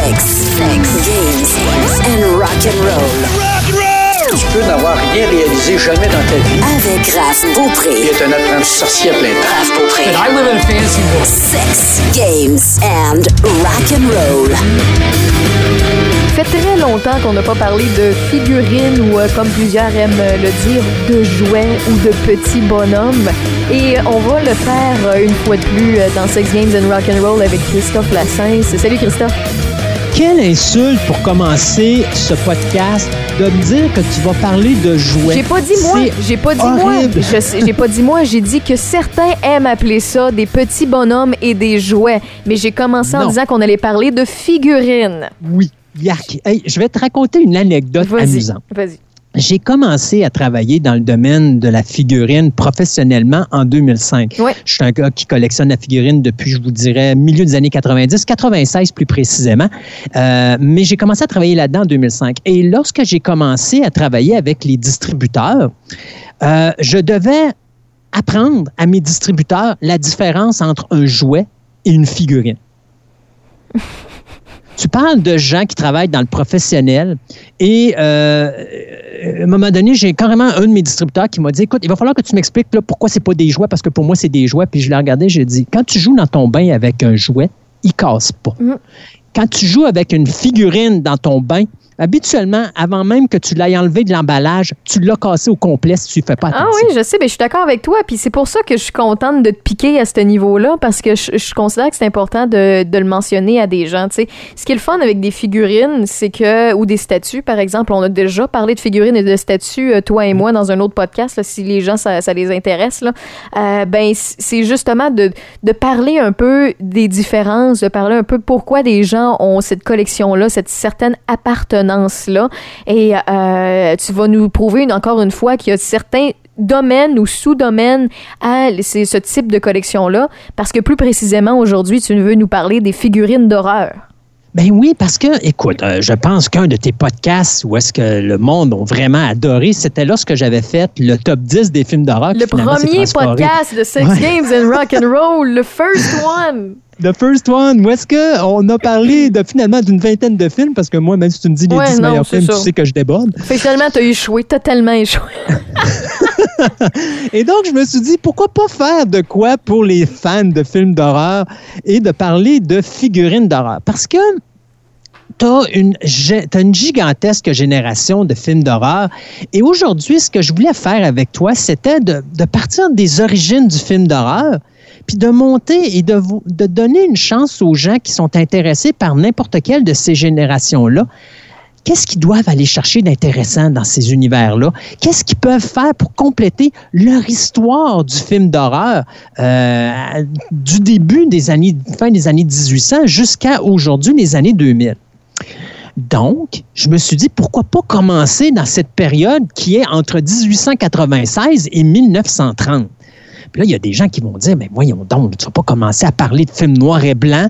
Sex, games and rock'n'roll. Tu peux n'avoir rien réalisé jamais dans ta vie. Avec Raph Beaupré. Il est un apprenti sorcier à plein temps. Raph Beaupré. And I live in a fantasy world. Sex, games and rock'n'roll. Ça fait très longtemps qu'on n'a pas parlé de figurines ou, comme plusieurs aiment le dire, de jouets ou de petits bonhommes. Et on va le faire une fois de plus dans Sex, Games and Rock'n'Roll avec Christophe Lassens. Salut Christophe. Quelle insulte pour commencer ce podcast de me dire que tu vas parler de jouets. J'ai pas dit moi. J'ai dit que certains aiment appeler ça des petits bonhommes et des jouets. Mais j'ai commencé en disant qu'on allait parler de figurines. Oui. Yark. Hey, je vais te raconter une anecdote amusante. Vas-y. J'ai commencé à travailler dans le domaine de la figurine professionnellement en 2005. Ouais. Je suis un gars qui collectionne la figurine depuis, je vous dirais, milieu des années 90, 96 plus précisément. Mais j'ai commencé à travailler là-dedans en 2005. Et lorsque j'ai commencé à travailler avec les distributeurs, je devais apprendre à mes distributeurs la différence entre un jouet et une figurine. Tu parles de gens qui travaillent dans le professionnel et à un moment donné, j'ai carrément un de mes distributeurs qui m'a dit « Écoute, il va falloir que tu m'expliques là, pourquoi c'est pas des jouets, parce que pour moi, c'est des jouets. » Puis je l'ai regardé, j'ai dit « Quand tu joues dans ton bain avec un jouet, il casse pas. Quand tu joues avec une figurine dans ton bain, habituellement, avant même que tu l'aies enlevé de l'emballage, tu l'as cassé au complet si tu ne fais pas attention. Ah oui, je sais, mais je suis d'accord avec toi. Puis c'est pour ça que je suis contente de te piquer à ce niveau-là, parce que je considère que c'est important de le mentionner à des gens. T'sais. Ce qui est le fun avec des figurines, c'est que, ou des statues, par exemple, on a déjà parlé de figurines et de statues, toi et moi, dans un autre podcast, là, si les gens, ça les intéresse. Là. C'est justement de parler un peu des différences, de parler un peu pourquoi des gens ont cette collection-là, cette certaine appartenance là. Et tu vas nous prouver encore une fois qu'il y a certains domaines ou sous-domaines à ce type de collection-là, parce que plus précisément aujourd'hui, tu veux nous parler des figurines d'horreur. Ben oui, parce que, écoute, je pense qu'un de tes podcasts où est-ce que le monde a vraiment adoré, c'était lorsque j'avais fait le top 10 des films d'horreur. Le premier podcast de Sex, Games and Rock'n'Roll, le first one. The first one, où est-ce qu'on a parlé finalement d'une vingtaine de films, parce que moi, même si tu me dis les 10 meilleurs films, tu sais que je déborde. Finalement, tu as échoué, totalement échoué. Et donc, je me suis dit, pourquoi pas faire de quoi pour les fans de films d'horreur et de parler de figurines d'horreur? Parce que t'as une gigantesque génération de films d'horreur. Et aujourd'hui, ce que je voulais faire avec toi, c'était de partir des origines du film d'horreur, puis de monter et de donner une chance aux gens qui sont intéressés par n'importe quelle de ces générations-là. Qu'est-ce qu'ils doivent aller chercher d'intéressant dans ces univers-là? Qu'est-ce qu'ils peuvent faire pour compléter leur histoire du film d'horreur du début fin des années 1800 jusqu'à aujourd'hui, les années 2000? Donc, je me suis dit, pourquoi pas commencer dans cette période qui est entre 1896 et 1930? Puis là, il y a des gens qui vont dire, mais voyons donc, tu vas pas commencer à parler de films noirs et blancs,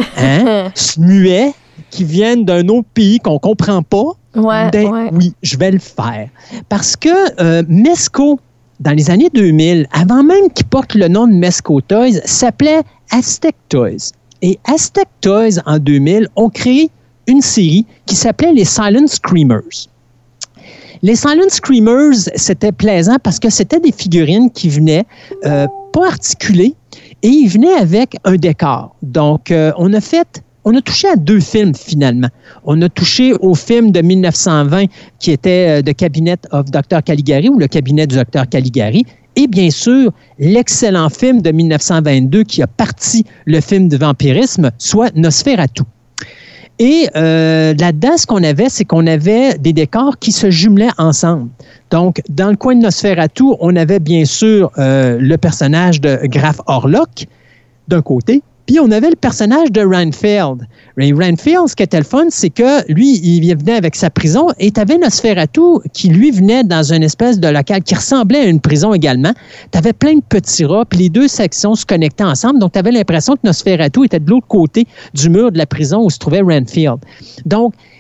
muets, qui viennent d'un autre pays qu'on comprend pas. Oui, je vais le faire. Parce que Mezco, dans les années 2000, avant même qu'il porte le nom de Mezco Toys, s'appelait Aztec Toys. Et Aztec Toys, en 2000, ont créé une série qui s'appelait les Silent Screamers. Les Silent Screamers, c'était plaisant parce que c'était des figurines qui venaient pas articulées et ils venaient avec un décor. Donc, on a touché à 2 films finalement. On a touché au film de 1920 qui était The Cabinet of Dr. Caligari ou Le Cabinet du Dr. Caligari. Et bien sûr, l'excellent film de 1922 qui a parti le film de vampirisme, soit Nosferatu. Et là-dedans, ce qu'on avait, c'est qu'on avait des décors qui se jumelaient ensemble. Donc, dans le coin de Nosferatu, on avait bien sûr le personnage de Graf Orlok d'un côté, puis on avait le personnage de Renfield. Renfield, ce qui était le fun, c'est que lui, il venait avec sa prison et tu avais Nosferatu qui, lui, venait dans une espèce de local qui ressemblait à une prison également. Tu avais plein de petits rats, puis les 2 sections se connectaient ensemble. Donc, tu avais l'impression que Nosferatu était de l'autre côté du mur de la prison où se trouvait Renfield. Donc,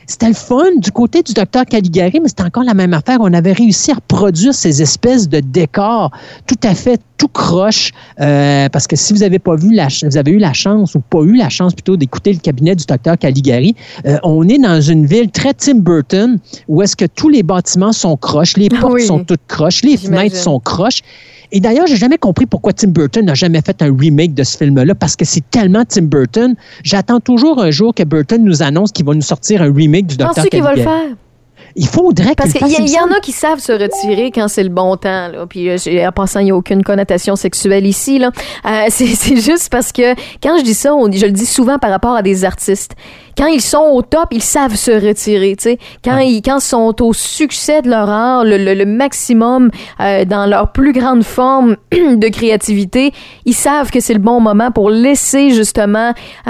C'était le fun du côté du Dr Caligari, mais c'était encore la même affaire. On avait réussi à reproduire ces espèces de décors tout à fait tout croche, parce que si vous avez pas vu vous avez eu la chance ou pas eu la chance plutôt d'écouter le cabinet du Dr Caligari, on est dans une ville très Tim Burton où est-ce que tous les bâtiments sont croches, les portes sont toutes croches, les fenêtres sont croches. Et d'ailleurs, j'ai jamais compris pourquoi Tim Burton n'a jamais fait un remake de ce film-là, parce que c'est tellement Tim Burton. J'attends toujours un jour que Burton nous annonce qu'il va nous sortir un remake du Dr Caligari. Penses-tu qu'il va le faire? Il faudrait parce qu'il y en a qui savent se retirer quand c'est le bon temps. Là. Puis en passant, il n'y a aucune connotation sexuelle ici. Là. C'est juste parce que quand je dis ça, je le dis souvent par rapport à des artistes. Quand ils sont au top, ils savent se retirer. T'sais. Quand ils sont au succès de leur art, le maximum dans leur plus grande forme de créativité, ils savent que c'est le bon moment pour laisser justement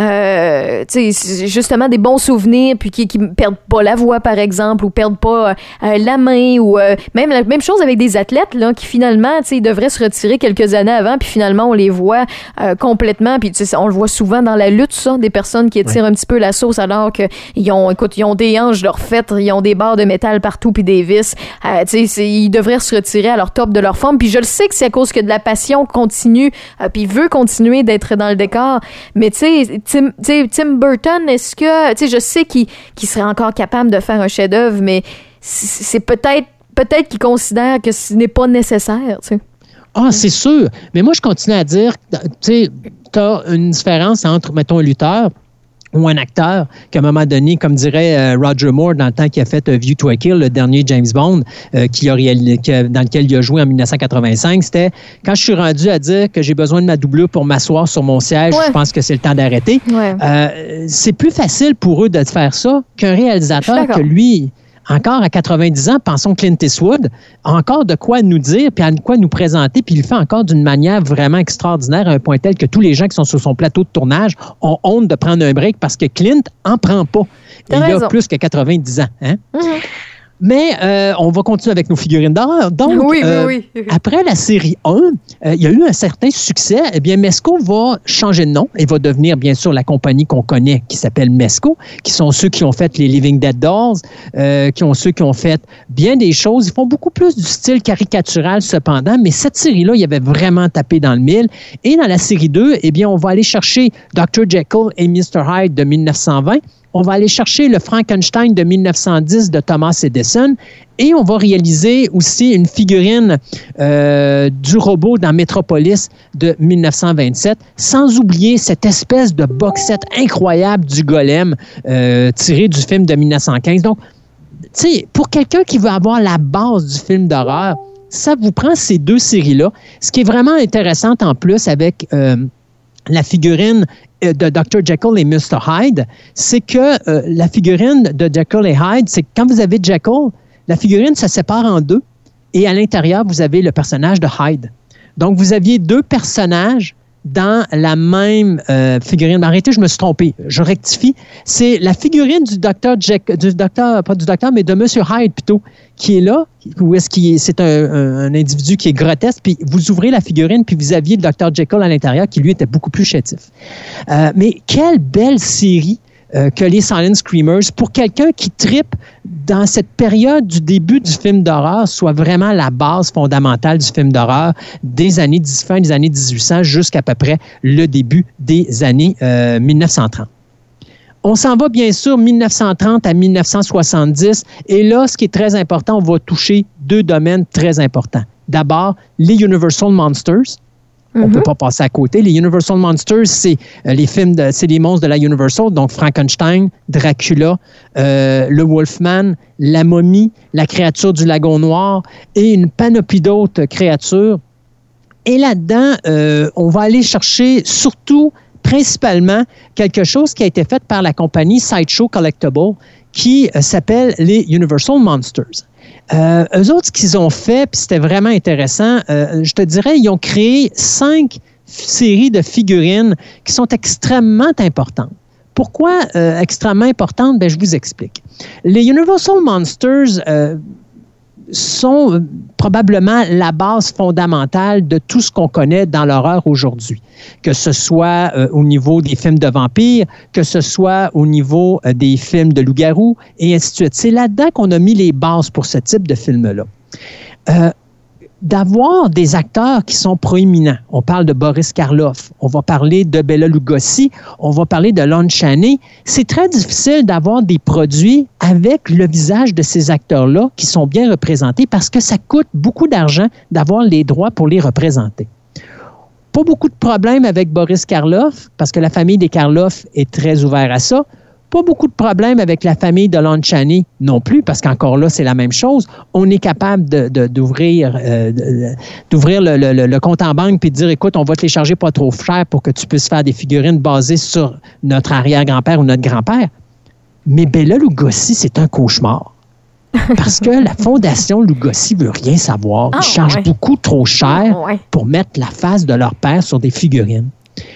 des bons souvenirs, puis qui perdent pas la voix, par exemple, ou perdent pas la main, ou même la même chose avec des athlètes là, qui finalement ils devraient se retirer quelques années avant, puis finalement on les voit complètement, puis on le voit souvent dans la lutte, ça, des personnes qui étirent un petit peu la sauce alors qu'ils ont des hanches de refaites, ils ont des barres de métal partout puis des vis. Ils devraient se retirer à leur top de leur forme. Puis je le sais que c'est à cause que de la passion continue, puis il veut continuer d'être dans le décor. Mais Tim Burton, est-ce que je sais qu'il serait encore capable de faire un chef-d'œuvre, mais c'est peut-être qu'il considère que ce n'est pas nécessaire. T'sais. Ah, c'est sûr. Mais moi, je continue à dire, tu as une différence entre, mettons, un lutteur ou un acteur qu'à un moment donné, comme dirait Roger Moore dans le temps qu'il a fait View to a Kill, le dernier James Bond, dans lequel il a joué en 1985, c'était quand je suis rendu à dire que j'ai besoin de ma doublure pour m'asseoir sur mon siège, je pense que c'est le temps d'arrêter. C'est plus facile pour eux de faire ça qu'un réalisateur que lui... Encore à 90 ans, pensons Clint Eastwood, a encore de quoi nous dire, puis à quoi nous présenter, puis il le fait encore d'une manière vraiment extraordinaire, à un point tel que tous les gens qui sont sur son plateau de tournage ont honte de prendre un break parce que Clint en prend pas. Il a plus que 90 ans. Hein? Mm-hmm. Mais on va continuer avec nos figurines d'horreur. Donc, oui. Après la série 1, il y a eu un certain succès. Eh bien, Mezco va changer de nom et va devenir, bien sûr, la compagnie qu'on connaît qui s'appelle Mezco, qui sont ceux qui ont fait les Living Dead Dolls, qui ont fait bien des choses. Ils font beaucoup plus du style caricatural, cependant, mais cette série-là, il y avait vraiment tapé dans le mille. Et dans la série 2, eh bien, on va aller chercher Dr. Jekyll et Mr. Hyde de 1920. On va aller chercher le Frankenstein de 1910 de Thomas Edison et on va réaliser aussi une figurine du robot dans Metropolis de 1927, sans oublier cette espèce de box-set incroyable du Golem tiré du film de 1915. Donc, tu sais, pour quelqu'un qui veut avoir la base du film d'horreur, ça vous prend ces deux séries-là. Ce qui est vraiment intéressant en plus avec la figurine de Dr. Jekyll et Mr. Hyde, c'est que la figurine de Jekyll et Hyde, c'est que quand vous avez Jekyll, la figurine se sépare en deux et à l'intérieur, vous avez le personnage de Hyde. Donc, vous aviez deux personnages dans la même figurine. Mais arrêtez, je me suis trompé. Je rectifie. C'est la figurine du docteur pas du docteur, mais de M. Hyde plutôt, qui est là, où est-ce c'est un individu qui est grotesque, puis vous ouvrez la figurine, puis vous aviez le Dr. Jekyll à l'intérieur, qui lui était beaucoup plus chétif. Mais quelle belle série que les Silent Screamers, pour quelqu'un qui trippe dans cette période du début du film d'horreur, soit vraiment la base fondamentale du film d'horreur fin des années 1800 jusqu'à peu près le début des années 1930. On s'en va bien sûr 1930 à 1970 et là, ce qui est très important, on va toucher deux domaines très importants. D'abord, les Universal Monsters. On ne peut pas passer à côté. Les Universal Monsters, c'est c'est les monstres de la Universal, donc Frankenstein, Dracula, le Wolfman, la momie, la créature du lagon noir et une panoplie d'autres créatures. Et là-dedans, on va aller chercher surtout, principalement, quelque chose qui a été fait par la compagnie Sideshow Collectible qui s'appelle les Universal Monsters. Eux autres, ce qu'ils ont fait, puis c'était vraiment intéressant, je te dirais, ils ont créé 5 séries de figurines qui sont extrêmement importantes. Pourquoi extrêmement importantes? Ben, je vous explique. Les Universal Monsters, sont probablement la base fondamentale de tout ce qu'on connaît dans l'horreur aujourd'hui, que ce soit au niveau des films de vampires, que ce soit au niveau des films de loups-garous, et ainsi de suite. C'est là-dedans qu'on a mis les bases pour ce type de film-là. D'avoir des acteurs qui sont proéminents. On parle de Boris Karloff, on va parler de Bela Lugosi, on va parler de Lon Chaney. C'est très difficile d'avoir des produits avec le visage de ces acteurs-là qui sont bien représentés parce que ça coûte beaucoup d'argent d'avoir les droits pour les représenter. Pas beaucoup de problèmes avec Boris Karloff parce que la famille des Karloff est très ouverte à ça. Pas beaucoup de problèmes avec la famille de Lon Chaney non plus, parce qu'encore là, c'est la même chose. On est capable d'ouvrir le compte en banque puis de dire, écoute, on va te les charger pas trop cher pour que tu puisses faire des figurines basées sur notre arrière-grand-père ou notre grand-père. Mais Bela Lugosi, c'est un cauchemar. Parce que la Fondation Lugosi veut rien savoir. Ils chargent beaucoup trop cher pour mettre la face de leur père sur des figurines.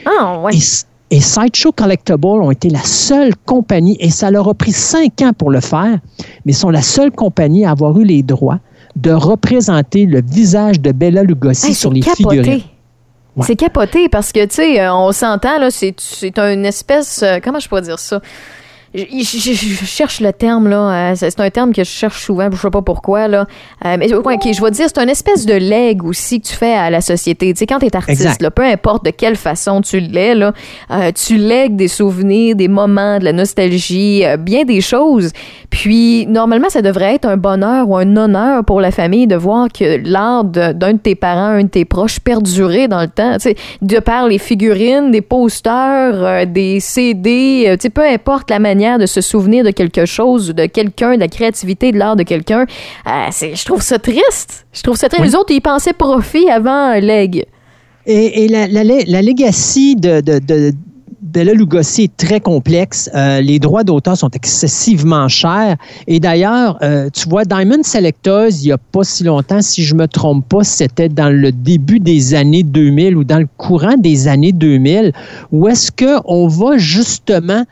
Et Sideshow Collectibles ont été la seule compagnie, et ça leur a pris 5 ans pour le faire, mais sont la seule compagnie à avoir eu les droits de représenter le visage de Bela Lugosi sur les figurines. Ouais. C'est capoté parce que, tu sais, on s'entend, là, c'est une espèce... comment je pourrais dire ça? Je cherche le terme, là. C'est un terme que je cherche souvent, je sais pas pourquoi, là. Mais OK, je vais dire, c'est une espèce de legs aussi que tu fais à la société. Tu sais, quand t'es artiste, là, peu importe de quelle façon tu l'es, là, tu lègues des souvenirs, des moments, de la nostalgie, bien des choses. Puis, normalement, ça devrait être un bonheur ou un honneur pour la famille de voir que l'art d'un de tes parents, un de tes proches, perdurer dans le temps. Tu sais, de par les figurines, des posters, des CD, tu sais, peu importe la manière de se souvenir de quelque chose, de quelqu'un, de la créativité, de l'art de quelqu'un. Je trouve ça triste. Oui. Les autres, ils pensaient profit avant leg. Et la legacy de Bela Lugosi est très complexe. Les droits d'auteur sont excessivement chers. Et d'ailleurs, tu vois, Diamond Selectors, il n'y a pas si longtemps, si je ne me trompe pas, c'était dans le début des années 2000 ou dans le courant des années 2000, où est-ce qu'on va justement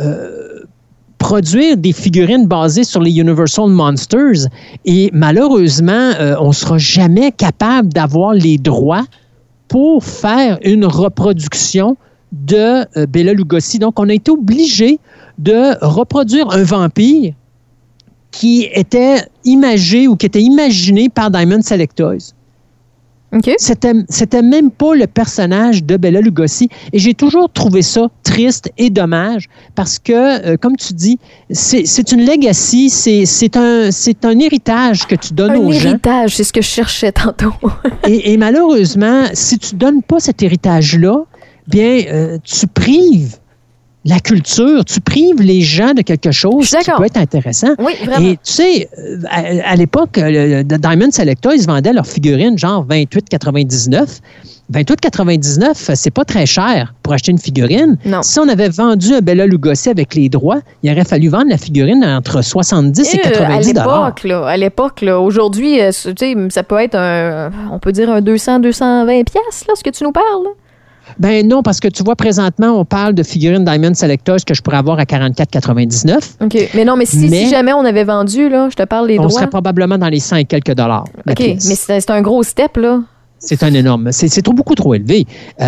produire des figurines basées sur les Universal Monsters et malheureusement, on ne sera jamais capable d'avoir les droits pour faire une reproduction de Bela Lugosi. Donc, on a été obligé de reproduire un vampire qui était imagé ou qui était imaginé par Diamond Selectors. Okay. C'était même pas le personnage de Bela Lugosi. Et j'ai toujours trouvé ça triste et dommage parce que, comme tu dis, c'est une legacy, c'est un héritage que tu donnes aux gens. Un héritage, c'est ce que je cherchais tantôt. et malheureusement, si tu donnes pas cet héritage-là, bien, tu prives la culture, tu prives les gens de quelque chose qui peut être intéressant. Oui, vraiment. Et tu sais, à l'époque, Diamond Selecta, ils se vendaient leurs figurines genre 28,99. 28,99, c'est pas très cher pour acheter une figurine. Non. Si on avait vendu un Bela Lugosi avec les droits, il aurait fallu vendre la figurine entre 70 et 90 $. À l'époque, aujourd'hui, tu sais, ça peut être on peut dire un 200, 220 pièces là, ce que tu nous parles, là. Ben non, parce que tu vois, présentement, on parle de figurines Diamond Selectors que je pourrais avoir à 44,99. OK. Mais non, mais si jamais on avait vendu, là, je te parle des droits. On serait probablement dans les 100 et quelques dollars. OK, mais c'est un gros step, là. C'est un énorme. C'est beaucoup trop élevé.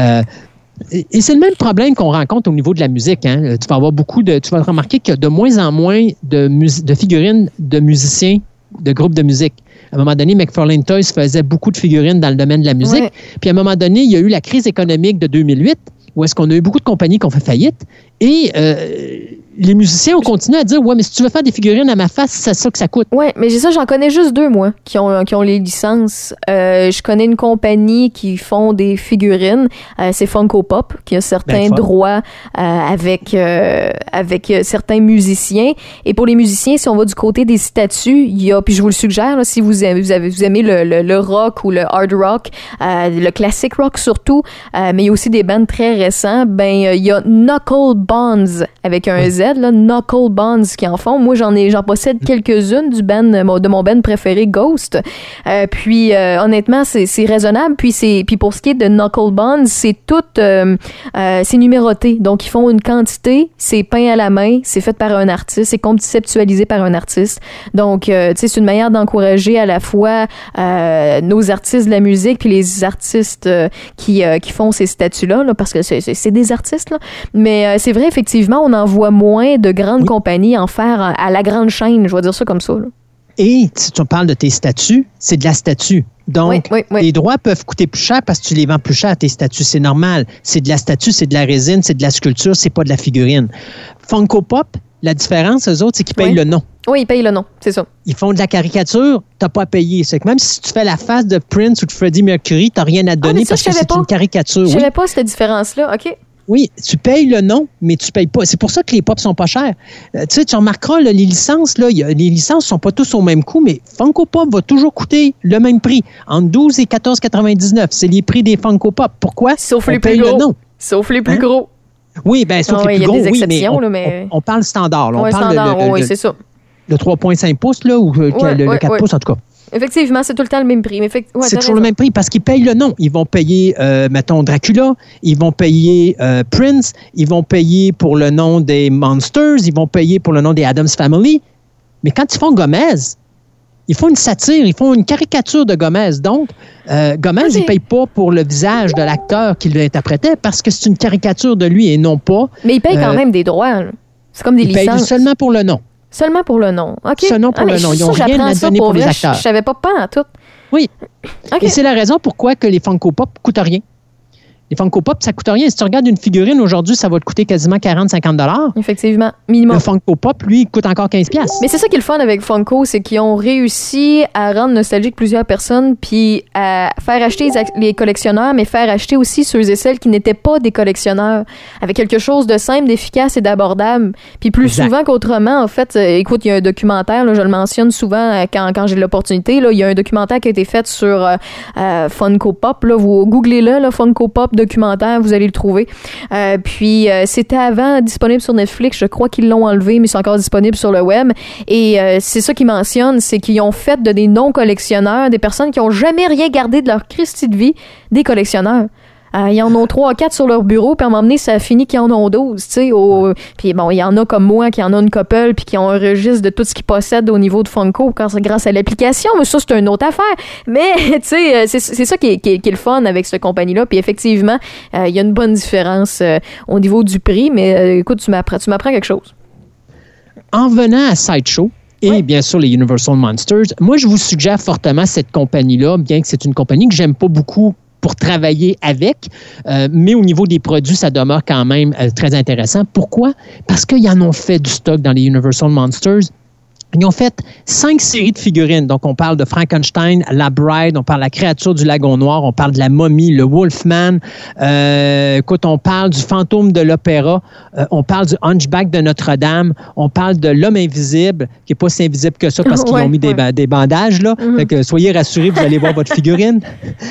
Et c'est le même problème qu'on rencontre au niveau de la musique. Hein. Tu vas remarquer qu'il y a de moins en moins de figurines de musiciens de groupes de musique. À un moment donné, McFarlane Toys faisait beaucoup de figurines dans le domaine de la musique. Ouais. Puis à un moment donné, il y a eu la crise économique de 2008, où est-ce qu'on a eu beaucoup de compagnies qui ont fait faillite. Et les musiciens ont continué à dire « Ouais, mais si tu veux faire des figurines à ma face, c'est ça que ça coûte. » Ouais, mais j'en connais juste 2, moi, qui ont les licences. Je connais une compagnie qui font des figurines. C'est Funko Pop, qui a certains droits avec certains musiciens. Et pour les musiciens, si on va du côté des statues, il y a, puis je vous le suggère, là, si vous aimez le rock ou le hard rock, le classic rock surtout, mais il y a aussi des bands très récents, il y a Knuckle Bones avec un Z. Suède, là, Knuckle Bonds, qui en font. Moi, j'en possède quelques-unes de mon band préféré, Ghost. Puis, honnêtement, c'est raisonnable. Puis pour ce qui est de Knuckle Bonds, c'est tout, c'est numéroté. Donc, ils font une quantité, c'est peint à la main, c'est fait par un artiste, c'est conceptualisé par un artiste. Donc, tu sais, c'est une manière d'encourager à la fois nos artistes de la musique puis les artistes qui font ces statues-là, là, parce que c'est des artistes, là. Mais c'est vrai, effectivement, on en voit moins de grandes compagnies en faire à la grande chaîne, je vais dire ça comme ça, là. Et si tu parles de tes statues, c'est de la statue. Donc, les droits peuvent coûter plus cher parce que tu les vends plus cher, tes statues. C'est normal. C'est de la statue, c'est de la résine, c'est de la sculpture, c'est pas de la figurine. Funko Pop, la différence, eux autres, c'est qu'ils payent le nom. Oui, ils payent le nom, c'est ça. Ils font de la caricature, t'as pas à payer. C'est que même si tu fais la face de Prince ou de Freddie Mercury, t'as rien à donner parce que c'est une caricature. Je savais pas cette différence-là, OK. Oui, tu payes le nom, mais tu payes pas. C'est pour ça que les pop sont pas chers. Tu sais, tu remarqueras, là, les licences, les licences sont pas tous au même coût, mais Funko Pop va toujours coûter le même prix, entre 12 et 14,99. C'est les prix des Funko Pop. Pourquoi? Sauf les plus gros. Sauf les plus gros. Oui, bien, sauf les plus gros, oui, mais on parle standard. Là. On parle standard, c'est ça. Le 3,5 pouces, là, ou le 4 pouces, en tout cas. Effectivement, c'est tout le temps le même prix. Mais c'est toujours le même prix parce qu'ils payent le nom. Ils vont payer, mettons, Dracula, ils vont payer Prince, ils vont payer pour le nom des Monsters, ils vont payer pour le nom des Addams Family. Mais quand ils font Gomez, ils font une satire, ils font une caricature de Gomez. Donc, Gomez, il ne paye pas pour le visage de l'acteur qu'il interprétait parce que c'est une caricature de lui et non pas... Mais il paye quand même des droits. Là. C'est comme des licences. Il paye seulement pour le nom. Seulement pour le nom. OK. Seulement pour le nom. Ils n'ont rien à donner pour les acteurs. Je ne savais pas en tout. Oui. Okay. Et c'est la raison pourquoi que les Funko Pop ne coûtent rien. Les Funko Pop, ça ne coûte rien. Si tu regardes une figurine aujourd'hui, ça va te coûter quasiment 40-50 $. Effectivement, minimum. Le Funko Pop, lui, il coûte encore 15$. Mais c'est ça qui est le fun avec Funko, c'est qu'ils ont réussi à rendre nostalgique plusieurs personnes, puis à faire acheter les collectionneurs, mais faire acheter aussi ceux et celles qui n'étaient pas des collectionneurs, avec quelque chose de simple, d'efficace et d'abordable. Puis plus souvent qu'autrement, en fait, écoute, il y a un documentaire, là, je le mentionne souvent quand j'ai l'opportunité, là, il y a un documentaire qui a été fait sur Funko Pop, là, vous googlez-le, là, Funko Pop documentaire, vous allez le trouver. Puis c'était avant disponible sur Netflix, je crois qu'ils l'ont enlevé, mais c'est encore disponible sur le web. Et c'est ça qu'ils mentionnent, c'est qu'ils ont fait de des non-collectionneurs, des personnes qui n'ont jamais rien gardé de leur Christie de vie, des collectionneurs. Ils en ont 3 ou 4 sur leur bureau, puis à un moment donné, ça a fini qu'ils en ont 12, tu sais. Puis bon, il y en a comme moi qui en ont une couple, puis qui ont un registre de tout ce qu'ils possèdent au niveau de Funko grâce à l'application, mais ça, c'est une autre affaire. Mais, tu sais, c'est ça qui est le fun avec cette compagnie-là. Puis effectivement, il y a une bonne différence au niveau du prix, mais écoute, tu m'apprends quelque chose. En venant à Sideshow, et bien sûr les Universal Monsters, moi, je vous suggère fortement cette compagnie-là, bien que c'est une compagnie que j'aime pas beaucoup pour travailler avec, mais au niveau des produits, ça demeure quand même très intéressant. Pourquoi? Parce qu'ils en ont fait du stock dans les Universal Monsters. Ils ont fait 5 séries de figurines. Donc, on parle de Frankenstein, la Bride, on parle de la créature du lagon noir, on parle de la momie, le Wolfman. Écoute, on parle du fantôme de l'opéra, on parle du Hunchback de Notre-Dame, on parle de l'homme invisible, qui n'est pas si invisible que ça parce qu'ils ont mis des bandages, là. Fait que soyez rassurés, vous allez voir votre figurine.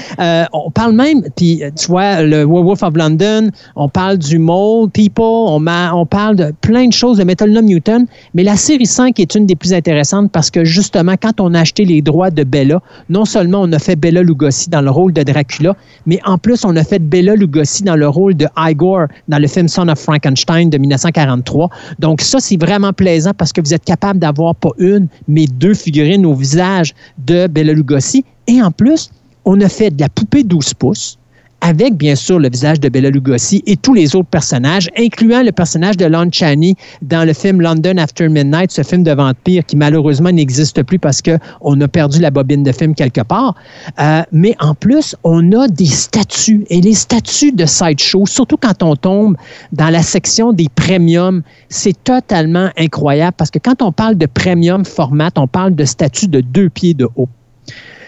On parle même, puis tu vois, le Werewolf of London, on parle du Mole People, on parle de plein de choses, de Metal Newton, mais la série 5 est une des plus intéressante parce que justement, quand on a acheté les droits de Bela, non seulement on a fait Bela Lugosi dans le rôle de Dracula, mais en plus, on a fait Bela Lugosi dans le rôle de Igor dans le film Son of Frankenstein de 1943. Donc ça, c'est vraiment plaisant parce que vous êtes capable d'avoir pas une, mais 2 figurines au visage de Bela Lugosi. Et en plus, on a fait de la poupée 12 pouces avec, bien sûr, le visage de Bela Lugosi et tous les autres personnages, incluant le personnage de Lon Chaney dans le film London After Midnight, ce film de vampire qui, malheureusement, n'existe plus parce qu'on a perdu la bobine de film quelque part. Mais en plus, on a des statues. Et les statues de Sideshow, surtout quand on tombe dans la section des premiums, c'est totalement incroyable parce que quand on parle de premium format, on parle de statues de 2 pieds de haut.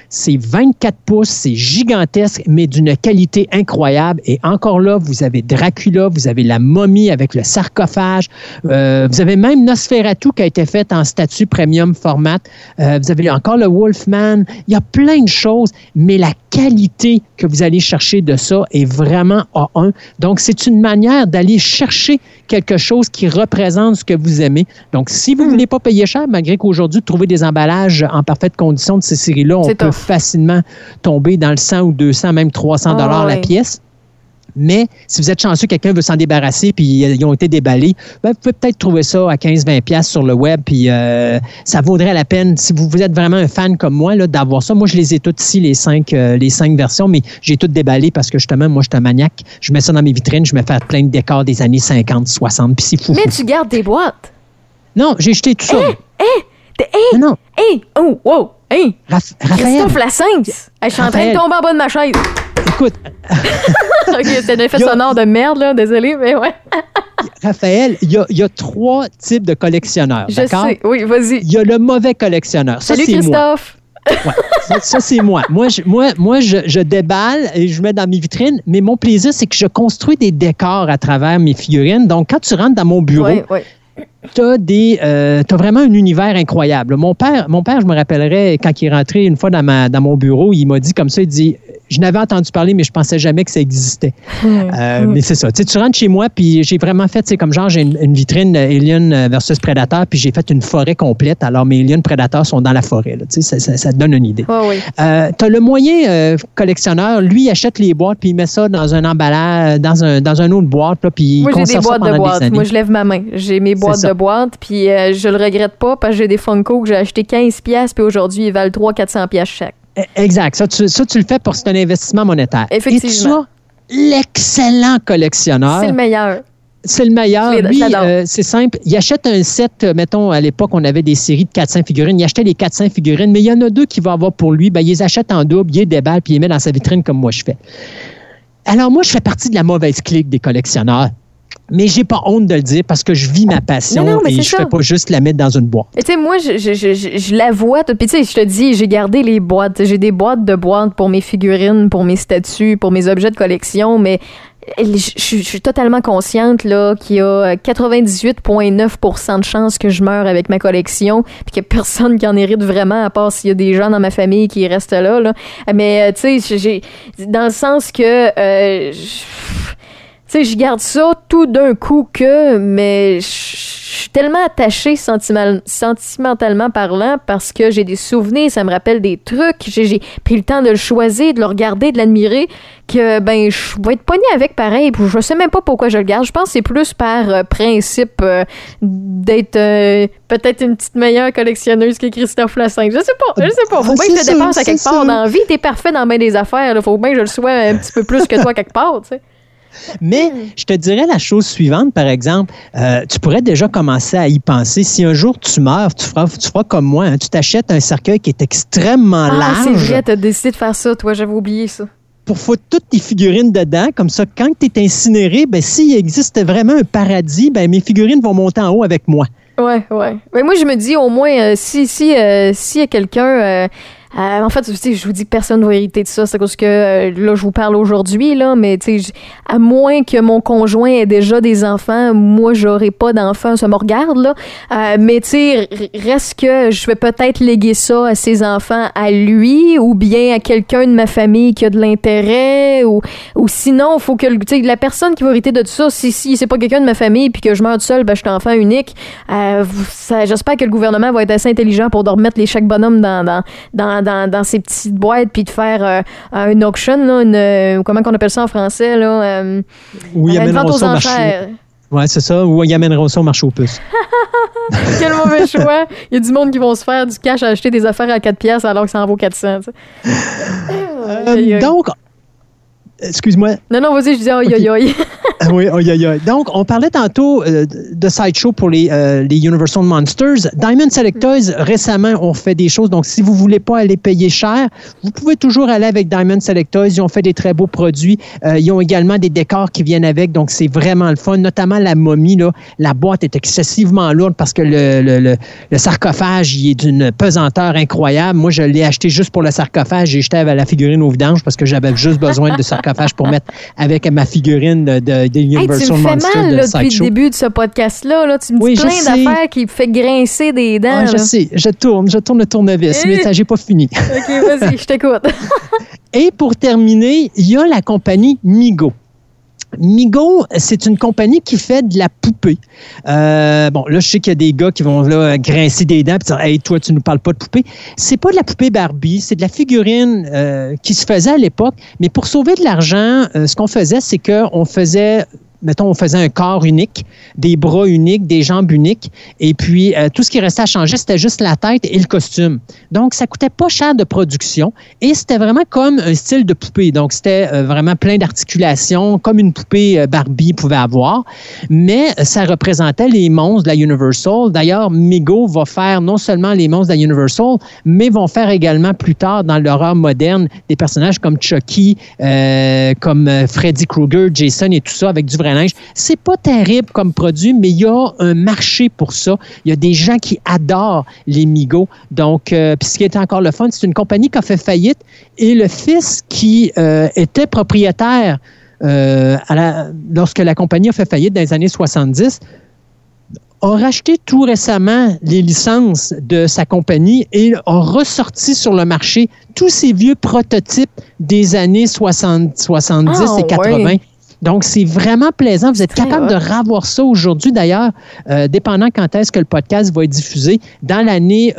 C'est 24 pouces, c'est gigantesque, mais d'une qualité incroyable. Et encore là, vous avez Dracula, vous avez la momie avec le sarcophage, vous avez même Nosferatu qui a été fait en statue premium format. Vous avez encore le Wolfman. Il y a plein de choses, mais la qualité que vous allez chercher de ça est vraiment A1. Donc, c'est une manière d'aller chercher quelque chose qui représente ce que vous aimez. Donc, si vous ne voulez pas payer cher, malgré qu'aujourd'hui, trouver des emballages en parfaite condition de ces séries-là, on peut facilement tomber dans le 100 ou 200, même 300 $ la pièce. Mais si vous êtes chanceux, quelqu'un veut s'en débarrasser puis ils ont été déballés, ben, vous pouvez peut-être trouver ça à 15-20$ sur le web puis ça vaudrait la peine, si vous êtes vraiment un fan comme moi, là, d'avoir ça. Moi, je les ai toutes ici, les cinq versions, mais j'ai toutes déballées parce que justement, moi, je suis un maniaque. Je mets ça dans mes vitrines, je me fais plein de décors des années 50, 60, puis c'est fou. Mais tu gardes des boîtes? Non, j'ai jeté tout ça. Non. Oh, wow! Raphaël. Christophe Lassens! Je suis en train de tomber en bas de ma chaise. Écoute. OK, c'est un effet sonore de merde, là. Désolé, mais ouais. Raphaël, il y a 3 types de collectionneurs. Je sais. Oui, vas-y. Il y a le mauvais collectionneur. Ça, salut, c'est Christophe. Moi. Ouais, ça, c'est moi. Moi, je déballe et je mets dans mes vitrines, mais mon plaisir, c'est que je construis des décors à travers mes figurines. Donc, quand tu rentres dans mon bureau, t'as vraiment un univers incroyable. Mon père, je me rappellerai, quand il est rentré une fois dans mon bureau, il m'a dit comme ça, il dit, je n'avais entendu parler, mais je pensais jamais que ça existait. Mais c'est ça. Tu sais, tu rentres chez moi, puis j'ai vraiment fait, c'est comme genre, j'ai une vitrine Alien versus Predator, puis j'ai fait une forêt complète. Alors, mes Alien Predators sont dans la forêt. Là. Tu sais, ça te donne une idée. Oh, oui. T'as le moyen collectionneur, lui, il achète les boîtes, puis il met ça dans un emballage, dans un autre boîte, là, puis moi, il j'ai des boîtes de boîtes. Moi, je lève ma main. J'ai mes boîtes de boîtes, puis je le regrette pas, parce que j'ai des Funko que j'ai acheté 15$, puis aujourd'hui, ils valent 300-400$ chaque. Exact. Ça, tu le fais pour c'est un investissement monétaire. Effectivement. Et tu as l'excellent collectionneur. C'est le meilleur. C'est le meilleur. Lui, c'est simple. Il achète un set, mettons, à l'époque, on avait des séries de 400 figurines. Il achetait les 400 figurines, mais il y en a 2 qu'il va avoir pour lui. Ben, il les achète en double, il les déballe, puis il les met dans sa vitrine comme moi je fais. Alors, moi, je fais partie de la mauvaise clique des collectionneurs. Mais j'ai pas honte de le dire parce que je vis ma passion et je fais pas juste la mettre dans une boîte. Tu sais, moi, je la vois. Puis tu sais, je te dis, j'ai gardé les boîtes. J'ai des boîtes de boîtes pour mes figurines, pour mes statues, pour mes objets de collection, mais je suis totalement consciente là, qu'il y a 98,9% de chances que je meure avec ma collection puis qu'il n'y a personne qui en hérite vraiment, à part s'il y a des gens dans ma famille qui restent là. Mais tu sais, j'ai dans le sens que... tu sais, je garde ça tout d'un coup mais je suis tellement attachée sentimentalement parlant parce que j'ai des souvenirs, ça me rappelle des trucs, j'ai pris le temps de le choisir, de le regarder, de l'admirer, que ben je vais être pognée avec pareil. Je sais même pas pourquoi je le garde. Je pense que c'est plus par principe d'être peut-être une petite meilleure collectionneuse que Christophe Lassens. Je sais pas. Faut bien que je te dépense à quelque part dans la vie. T'es parfait dans bien des affaires. Là. Faut bien que je le sois un petit peu plus que toi quelque part, tu sais. Mais je te dirais la chose suivante, par exemple, tu pourrais déjà commencer à y penser. Si un jour tu meurs, tu feras comme moi. Hein, tu t'achètes un cercueil qui est extrêmement large. Ah, c'est vrai, tu as décidé de faire ça, toi. J'avais oublié ça. Pour foutre toutes tes figurines dedans. Comme ça, quand tu es incinéré, ben, s'il existe vraiment un paradis, ben, mes figurines vont monter en haut avec moi. Ouais. Mais moi, je me dis, au moins, s'il y a quelqu'un... en fait, je vous dis que personne ne va hériter de ça. C'est parce que là, je vous parle aujourd'hui, là, mais à moins que mon conjoint ait déjà des enfants, moi, j'aurai pas d'enfants, ça me regarde, là. Mais reste que je vais peut-être léguer ça à ses enfants, à lui, ou bien à quelqu'un de ma famille qui a de l'intérêt, ou sinon, il faut que la personne qui va hériter de tout ça, si c'est pas quelqu'un de ma famille puis que je meurs tout seul, ben, je suis enfant unique. J'espère que le gouvernement va être assez intelligent pour remettre les chèques bonhommes dans ces petites boîtes puis de faire un auction, là, comment qu'on appelle ça en français, là, oui, une vente aux enchères. Oui, c'est ça, ou ils amèneront ça au marché aux puces. Quel mauvais choix! Il y a du monde qui vont se faire du cash à acheter des affaires à 4$ alors que ça en vaut 400. Donc, excuse-moi. Non, vas-y, je dis aïe. Oui, donc, on parlait tantôt de Sideshow pour les Universal Monsters. Diamond Select Toys, récemment, ont fait des choses. Donc, si vous ne voulez pas aller payer cher, vous pouvez toujours aller avec Diamond Select Toys. Ils ont fait des très beaux produits. Ils ont également des décors qui viennent avec. Donc, c'est vraiment le fun. Notamment la momie, là. La boîte est excessivement lourde parce que le sarcophage, il est d'une pesanteur incroyable. Moi, je l'ai acheté juste pour le sarcophage. J'ai jeté à la figurine au vidange parce que j'avais juste besoin de sarcophage pour mettre avec ma figurine de Universal Monsters. Tu me fais mal là, depuis le début de ce podcast-là. Là. Tu me dis plein d'affaires qui me fait grincer des dents. Je sais. Je tourne le tournevis, mais ça, j'ai pas fini. OK, vas-y, je t'écoute. Et pour terminer, il y a la compagnie Mego. Mego, c'est une compagnie qui fait de la poupée. Bon, là, je sais qu'il y a des gars qui vont là grincer des dents et dire « Hey, toi, tu nous parles pas de poupée. » C'est pas de la poupée Barbie, c'est de la figurine qui se faisait à l'époque. Mais pour sauver de l'argent, ce qu'on faisait, c'est qu'on faisait... Mettons, on faisait un corps unique, des bras uniques, des jambes uniques, et puis tout ce qui restait à changer, c'était juste la tête et le costume. Donc, ça coûtait pas cher de production et c'était vraiment comme un style de poupée. Donc, c'était vraiment plein d'articulations, comme une poupée Barbie pouvait avoir, mais ça représentait les monstres de la Universal. D'ailleurs, Mego va faire non seulement les monstres de la Universal, mais vont faire également plus tard, dans l'horreur moderne, des personnages comme Chucky, comme Freddy Krueger, Jason et tout ça, avec du vrai linge. C'est pas terrible comme produit, mais il y a un marché pour ça. Il y a des gens qui adorent les Mego. Donc, puis ce qui est encore le fun, c'est une compagnie qui a fait faillite et le fils qui était propriétaire lorsque la compagnie a fait faillite dans les années 70, a racheté tout récemment les licences de sa compagnie et a ressorti sur le marché tous ces vieux prototypes des années 70 et 80. Ouais. Donc, c'est vraiment plaisant. Vous êtes capable de revoir ça aujourd'hui. D'ailleurs, dépendant quand est-ce que le podcast va être diffusé, dans l'année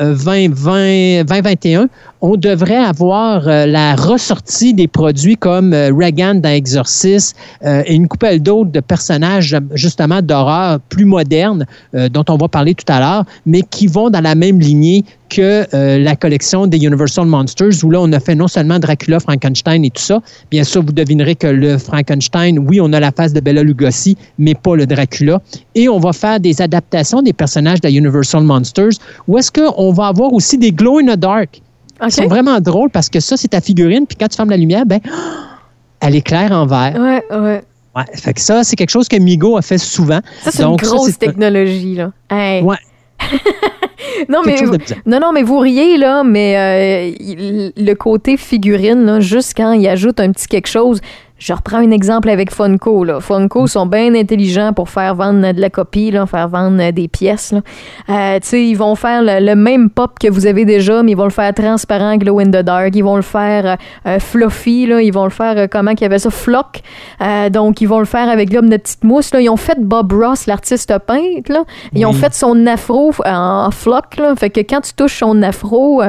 2021, on devrait avoir la ressortie des produits comme Regan dans Exorcist et une couple d'autres de personnages, justement, d'horreur plus modernes, dont on va parler tout à l'heure, mais qui vont dans la même lignée que la collection des Universal Monsters, où là, on a fait non seulement Dracula, Frankenstein et tout ça. Bien sûr, vous devinerez que le Frankenstein, oui, on a la face de Bela Lugosi, mais pas le Dracula. Et on va faire des adaptations des personnages de la Universal Monsters, où est-ce qu'on va avoir aussi des glow in the dark. Okay. Ils sont vraiment drôles parce que ça, c'est ta figurine, puis quand tu fermes la lumière, ben, elle éclaire en vert. Ouais. Ouais, fait que ça, c'est quelque chose que Mego a fait souvent. Ça, c'est donc, une grosse technologie, là. Hey. Ouais. Non, mais vous riez, là, mais le côté figurine, là, juste quand il ajoute un petit quelque chose, je reprends un exemple avec Funko, là. Funko sont bien intelligents pour faire vendre de la copie, là, faire vendre des pièces, là. Tu sais, ils vont faire le même pop que vous avez déjà, mais ils vont le faire transparent, glow in the dark. Ils vont le faire fluffy, là. Ils vont le faire, comment qu'il y avait ça, flock. Donc, ils vont le faire avec là, notre petite mousse, là. Ils ont fait Bob Ross, l'artiste peintre, là. Ils ont fait son afro en flock, là. Fait que quand tu touches son afro,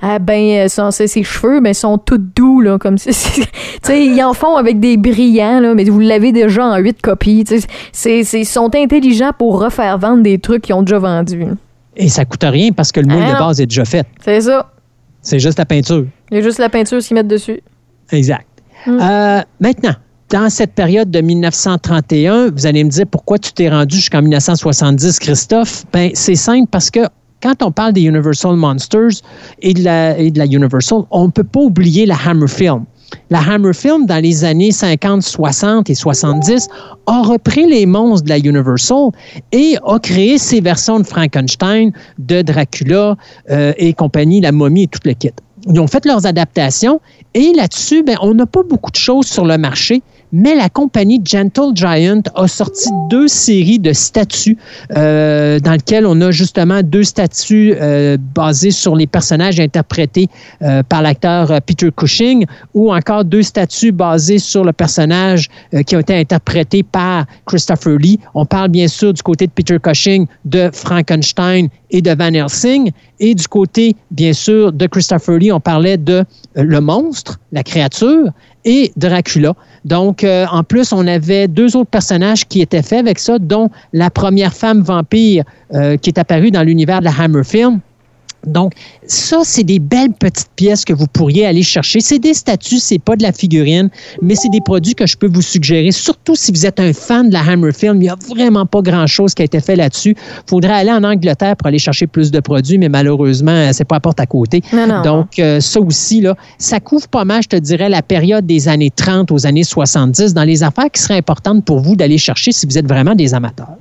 ses cheveux, ben, sont tout doux, là, comme ça. Tu sais, ils en font avec des brillants, là, mais vous l'avez déjà en 8 copies. Ils sont intelligents pour refaire vendre des trucs qu'ils ont déjà vendus. Et ça coûte rien parce que le moule de base est déjà fait. C'est ça. C'est juste la peinture. Il y a juste la peinture qu'ils mettent dessus. Exact. Maintenant, dans cette période de 1931, vous allez me dire pourquoi tu t'es rendu jusqu'en 1970, Christophe? Ben, c'est simple parce que quand on parle des Universal Monsters et de la Universal, on ne peut pas oublier la Hammer Film. La Hammer Film, dans les années 50, 60 et 70, a repris les monstres de la Universal et a créé ses versions de Frankenstein, de Dracula et compagnie, la momie et tout le kit. Ils ont fait leurs adaptations et là-dessus, ben, on n'a pas beaucoup de choses sur le marché, mais la compagnie Gentle Giant a sorti 2 séries de statues dans lesquelles on a justement 2 statues basées sur les personnages interprétés par l'acteur Peter Cushing ou encore 2 statues basées sur le personnage qui a été interprété par Christopher Lee. On parle bien sûr du côté de Peter Cushing de Frankenstein et de Van Helsing et du côté, bien sûr, de Christopher Lee, on parlait de le monstre, la créature, et Dracula. Donc, en plus, on avait 2 autres personnages qui étaient faits avec ça, dont la première femme vampire qui est apparue dans l'univers de la Hammer Film. Donc, ça, c'est des belles petites pièces que vous pourriez aller chercher. C'est des statues, c'est pas de la figurine, mais c'est des produits que je peux vous suggérer, surtout si vous êtes un fan de la Hammer Film. Il n'y a vraiment pas grand-chose qui a été fait là-dessus. Il faudrait aller en Angleterre pour aller chercher plus de produits, mais malheureusement, c'est pas à porte à côté. Non. Donc, ça aussi, là, ça couvre pas mal, je te dirais, la période des années 30 aux années 70 dans les affaires qui seraient importantes pour vous d'aller chercher si vous êtes vraiment des amateurs.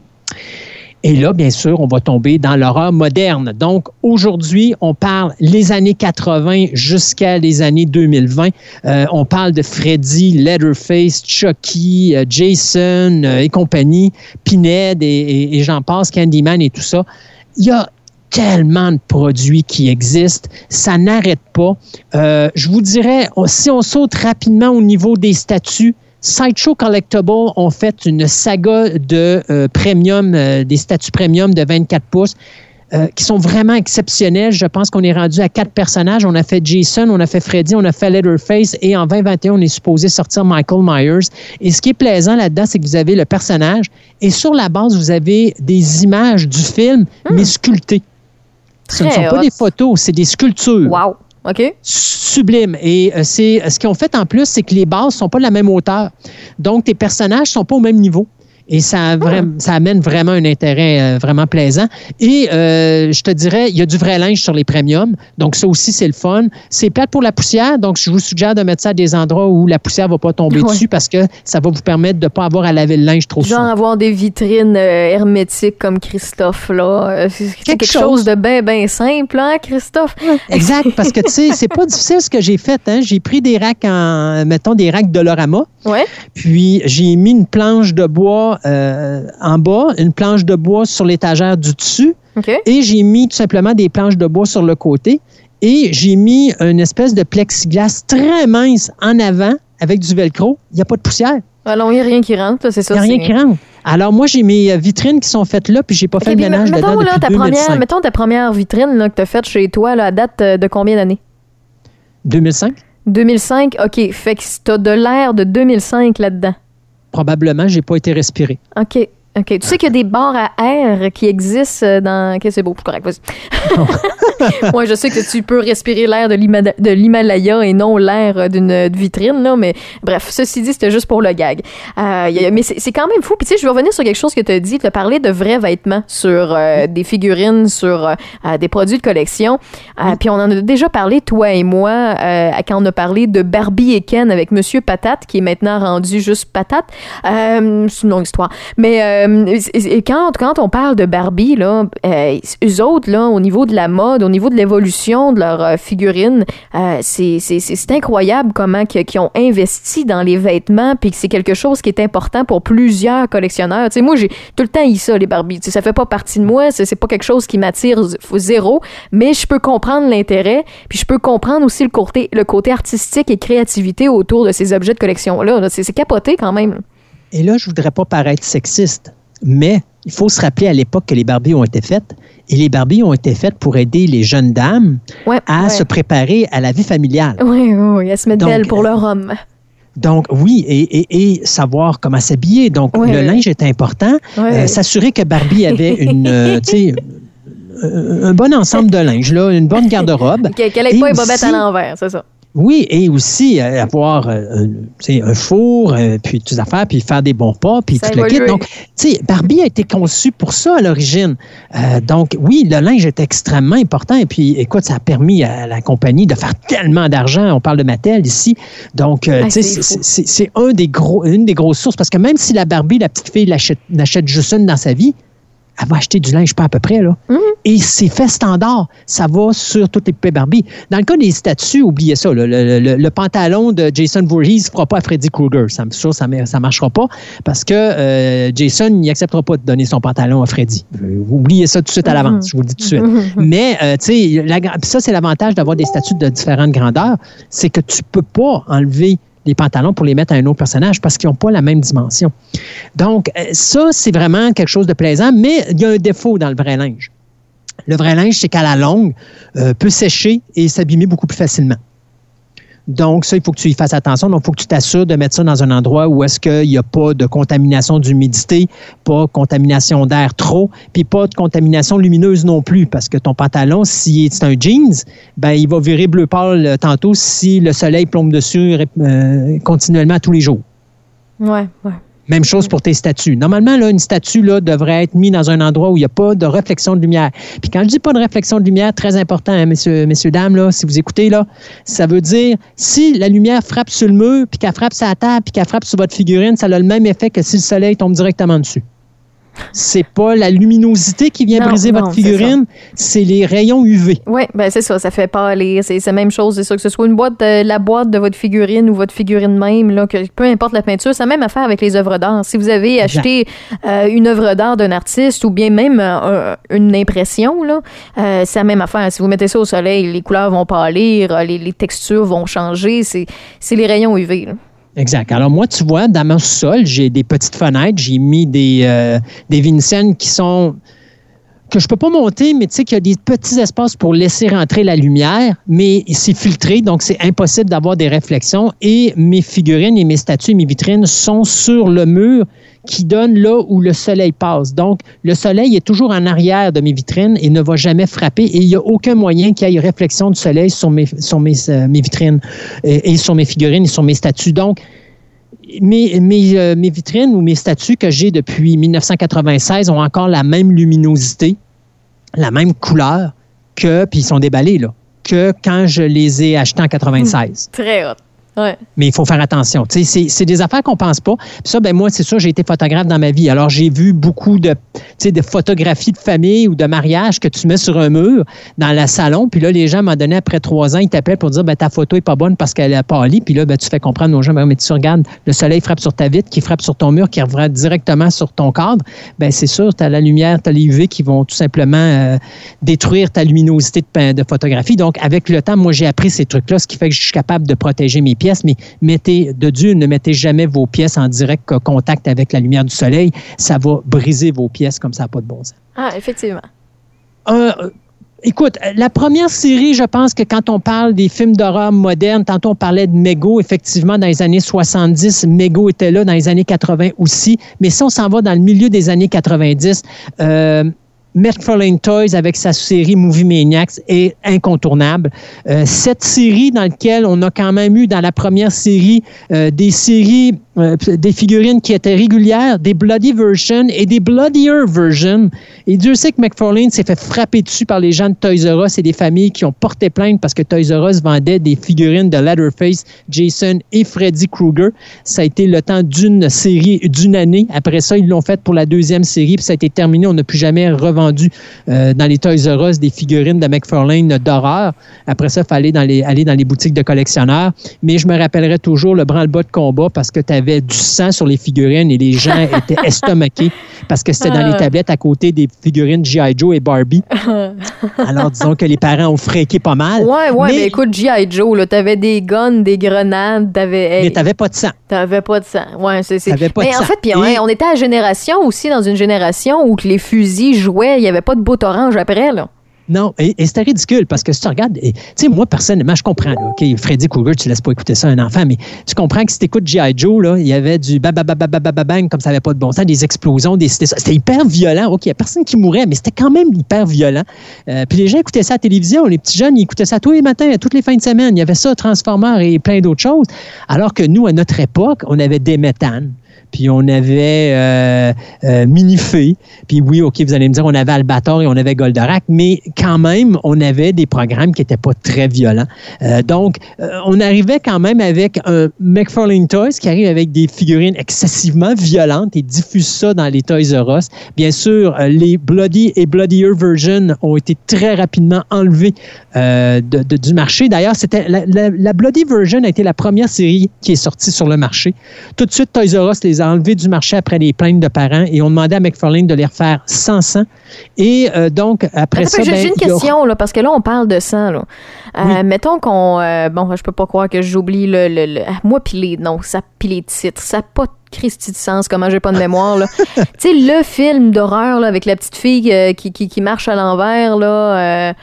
Et là, bien sûr, on va tomber dans l'horreur moderne. Donc, aujourd'hui, on parle les années 80 jusqu'à les années 2020. On parle de Freddy, Leatherface, Chucky, Jason et compagnie, Pinhead et j'en passe, Candyman et tout ça. Il y a tellement de produits qui existent. Ça n'arrête pas. Je vous dirais, si on saute rapidement au niveau des statues, Sideshow Collectibles ont fait une saga de premium, des statues premium de 24 pouces qui sont vraiment exceptionnelles. Je pense qu'on est rendu à 4 personnages. On a fait Jason, on a fait Freddy, on a fait Leatherface et en 2021, on est supposé sortir Michael Myers. Et ce qui est plaisant là-dedans, c'est que vous avez le personnage et sur la base, vous avez des images du film, mais sculptées. Ce ne sont pas des photos, c'est des sculptures. Wow! OK. Sublime. Et c'est ce qu'ils ont fait en plus, c'est que les bases sont pas de la même hauteur. Donc, tes personnages sont pas au même niveau. Et ça amène vraiment un intérêt vraiment plaisant. Et je te dirais, il y a du vrai linge sur les premiums. Donc, ça aussi, c'est le fun. C'est plate pour la poussière. Donc, je vous suggère de mettre ça à des endroits où la poussière ne va pas tomber dessus parce que ça va vous permettre de ne pas avoir à laver le linge trop souvent. Genre avoir des vitrines hermétiques comme Christophe, là. C'est quelque chose de bien simple, hein, Christophe? Exact. Parce que, tu sais, c'est pas difficile ce que j'ai fait. Hein. J'ai pris des racks des racks Dollarama. Ouais. Puis, j'ai mis une planche de bois en bas, une planche de bois sur l'étagère du dessus. Okay. Et j'ai mis tout simplement des planches de bois sur le côté. Et j'ai mis une espèce de plexiglas très mince en avant avec du velcro. Il n'y a pas de poussière. Alors, il n'y a rien qui rentre, là, c'est ça. Il n'y a rien qui rentre. Alors, moi, j'ai mes vitrines qui sont faites là, puis j'ai pas fait le ménage dedans depuis 2005. Mettons ta première vitrine là, que tu as faite chez toi, là, à date de combien d'années? 2005. 2005, OK. Fait que tu as de l'air de 2005 là-dedans. Probablement, j'ai pas été respiré. OK. Tu sais qu'il y a des bars à air qui existent dans... OK, c'est beau, correct, vas-y. Moi, je sais que tu peux respirer l'air de l'Himalaya et non l'air d'une vitrine, là, mais bref, ceci dit, c'était juste pour le gag. Mais c'est quand même fou. Puis tu sais, je vais revenir sur quelque chose que tu as dit. Tu as parlé de vrais vêtements sur des figurines, sur des produits de collection. Puis on en a déjà parlé, toi et moi, quand on a parlé de Barbie et Ken avec Monsieur Patate, qui est maintenant rendu juste Patate. C'est une longue histoire. Mais quand on parle de Barbie, là, eux autres, là, au niveau de la mode, au niveau de l'évolution de leurs figurines, c'est incroyable comment qu'ils ont investi dans les vêtements, puis que c'est quelque chose qui est important pour plusieurs collectionneurs. Tu sais, moi, j'ai tout le temps eu ça, les Barbies. Tu sais, ça fait pas partie de moi, c'est pas quelque chose qui m'attire zéro, mais je peux comprendre l'intérêt, puis je peux comprendre aussi le côté artistique et créativité autour de ces objets de collection-là. C'est capoté quand même. Et là, je voudrais pas paraître sexiste, mais il faut se rappeler à l'époque que les Barbies ont été faites. Et les Barbies ont été faites pour aider les jeunes dames à se préparer à la vie familiale. Oui, à se mettre belle pour leur homme. Donc, oui, et savoir comment s'habiller. Donc, le linge est important. S'assurer que Barbie avait un bon ensemble de linge, là, une bonne garde-robe. Qu'elle n'ait pas les bobettes à l'envers, c'est ça. Oui, et aussi avoir un four, puis toutes les affaires, puis faire des bons pas, puis tout le kit. Donc, tu sais, Barbie a été conçue pour ça à l'origine. Donc, oui, le linge est extrêmement important. Et puis, écoute, ça a permis à la compagnie de faire tellement d'argent. On parle de Mattel ici. Donc, tu sais, c'est une des grosses sources. Parce que même si la Barbie, la petite fille, n'achète juste une dans sa vie, elle va acheter du linge pas à peu près, là. Et c'est fait standard. Ça va sur toutes les poupées Barbie. Dans le cas des statues, oubliez ça. Là, le pantalon de Jason Voorhees ne fera pas à Freddy Krueger. Ça ne marchera pas parce que Jason n'acceptera pas de donner son pantalon à Freddy. Oubliez ça tout de suite à l'avance. Je vous le dis tout de suite. Mais, tu sais, ça, c'est l'avantage d'avoir des statues de différentes grandeurs. C'est que tu ne peux pas enlever les pantalons pour les mettre à un autre personnage parce qu'ils n'ont pas la même dimension. Donc, ça, c'est vraiment quelque chose de plaisant, mais il y a un défaut dans le vrai linge. Le vrai linge, c'est qu'à la longue, peut sécher et s'abîmer beaucoup plus facilement. Donc, ça, il faut que tu y fasses attention. Donc, il faut que tu t'assures de mettre ça dans un endroit où est-ce qu'il n'y a pas de contamination d'humidité, pas de contamination d'air trop, puis pas de contamination lumineuse non plus, parce que ton pantalon, si c'est un jeans, ben il va virer bleu pâle tantôt si le soleil plombe dessus continuellement tous les jours. Ouais. Même chose pour tes statues. Normalement, là, une statue là, devrait être mise dans un endroit où il n'y a pas de réflexion de lumière. Puis quand je dis pas de réflexion de lumière, très important, hein, messieurs, dames, là, si vous écoutez, là, ça veut dire si la lumière frappe sur le mur, puis qu'elle frappe sur la table, puis qu'elle frappe sur votre figurine, ça a le même effet que si le soleil tombe directement dessus. C'est pas la luminosité qui vient briser votre figurine, c'est les rayons UV. Oui, ben c'est ça fait pâlir. C'est la même chose, c'est ça, que ce soit la boîte de votre figurine ou votre figurine même, là, que peu importe la peinture, c'est la même affaire avec les œuvres d'art. Si vous avez acheté une œuvre d'art d'un artiste ou bien même une impression, là, c'est la même affaire. Si vous mettez ça au soleil, les couleurs vont pâlir, les textures vont changer, c'est les rayons UV, là. Exact. Alors moi, tu vois, dans mon sol, j'ai des petites fenêtres, j'ai mis des vénitiennes qui sont que je peux pas monter, mais tu sais qu'il y a des petits espaces pour laisser rentrer la lumière, mais c'est filtré, donc c'est impossible d'avoir des réflexions. Et mes figurines et mes statues et mes vitrines sont sur le mur qui donne là où le soleil passe. Donc, le soleil est toujours en arrière de mes vitrines et ne va jamais frapper. Et il n'y a aucun moyen qu'il y ait réflexion du soleil sur mes vitrines et sur mes figurines et sur mes statues. Donc, mes vitrines ou mes statues que j'ai depuis 1996 ont encore la même luminosité, la même couleur puis ils sont déballés, là, que quand je les ai achetés en 96. Très hot. Ouais. Mais il faut faire attention. Tu sais, c'est des affaires qu'on pense pas. Puis ça, ben moi, c'est sûr, j'ai été photographe dans ma vie. Alors, j'ai vu beaucoup de photographies de famille ou de mariage que tu mets sur un mur dans le salon. Puis là, les gens, m'ont donné après 3 ans, ils t'appellent pour dire, ben ta photo est pas bonne parce qu'elle a pâli. Puis là, ben tu fais comprendre aux gens, ben, mais tu regardes, le soleil frappe sur ta vitre, qui frappe sur ton mur, qui frappe directement sur ton cadre. Ben c'est sûr, tu as la lumière, tu as les UV qui vont tout simplement détruire ta luminosité de photographie. Donc, avec le temps, moi, j'ai appris ces trucs-là, ce qui fait que je suis capable de protéger mes pièces, mais ne mettez jamais vos pièces en direct contact avec la lumière du soleil. Ça va briser vos pièces comme ça n'a pas de bon sens. Ah, effectivement. Écoute, la première série, je pense que quand on parle des films d'horreur modernes, tantôt on parlait de Mego, effectivement, dans les années 70, Mego était là, dans les années 80 aussi, mais si on s'en va dans le milieu des années 90, McFarlane Toys avec sa série Movie Maniacs est incontournable. Cette série dans laquelle on a quand même eu dans la première série des figurines qui étaient régulières, des bloody versions et des bloodier versions. Et Dieu sait que McFarlane s'est fait frapper dessus par les gens de Toys R Us et des familles qui ont porté plainte parce que Toys R Us vendait des figurines de Leatherface, Jason et Freddy Krueger. Ça a été le temps d'une série, d'une année. Après ça, ils l'ont fait pour la deuxième série, puis ça a été terminé. On n'a plus jamais revendu dans les Toys R Us des figurines de McFarlane d'horreur. Après ça, il fallait aller dans les boutiques de collectionneurs. Mais je me rappellerai toujours le branle-bas de combat parce que tu avais du sang sur les figurines et les gens étaient estomaqués parce que c'était dans les tablettes à côté des figurines G.I. Joe et Barbie. Alors, disons que les parents ont fréqué pas mal. Mais écoute, G.I. Joe, là, t'avais des guns, des grenades, mais t'avais pas de sang. T'avais pas de sang. Ouais, c'est. T'avais pas de sang. En fait, puis on était à la génération aussi, dans une génération où que les fusils jouaient, il y avait pas de bout orange après, là. Non, et c'était ridicule parce que si tu regardes, tu sais, moi, personnellement, je comprends, là, OK, Freddy Krueger, tu laisses pas écouter ça à un enfant, mais tu comprends que si tu écoutes G.I. Joe, là, il y avait du bang comme ça n'avait pas de bon sens, des explosions, c'était hyper violent. OK, il n'y a personne qui mourait, mais c'était quand même hyper violent. Puis les gens écoutaient ça à la télévision, les petits jeunes, ils écoutaient ça tous les matins, toutes les fins de semaine. Il y avait ça, Transformers et plein d'autres choses. Alors que nous, à notre époque, on avait des méthanes. Puis on avait Minifée. Puis oui, OK, vous allez me dire, on avait Albator et on avait Goldorak, mais quand même, on avait des programmes qui n'étaient pas très violents. Donc, on arrivait quand même avec un McFarlane Toys qui arrive avec des figurines excessivement violentes et diffuse ça dans les Toys R Us. Bien sûr, les Bloody et Bloodier versions ont été très rapidement enlevés du marché. D'ailleurs, c'était la Bloody version a été la première série qui est sortie sur le marché. Tout de suite, Toys R Us les a enlevés du marché après les plaintes de parents et on demandait à McFarlane de les refaire sans sang. Et donc, après ça... J'ai une question, là, parce que là, on parle de sang. Là. Oui. Mettons qu'on... bon, je peux pas croire que j'oublie moi, puis les titres. Ça n'a pas de Christy de sens, comment j'ai pas de mémoire, là. Tu sais, le film d'horreur, là, avec la petite fille qui marche à l'envers, là...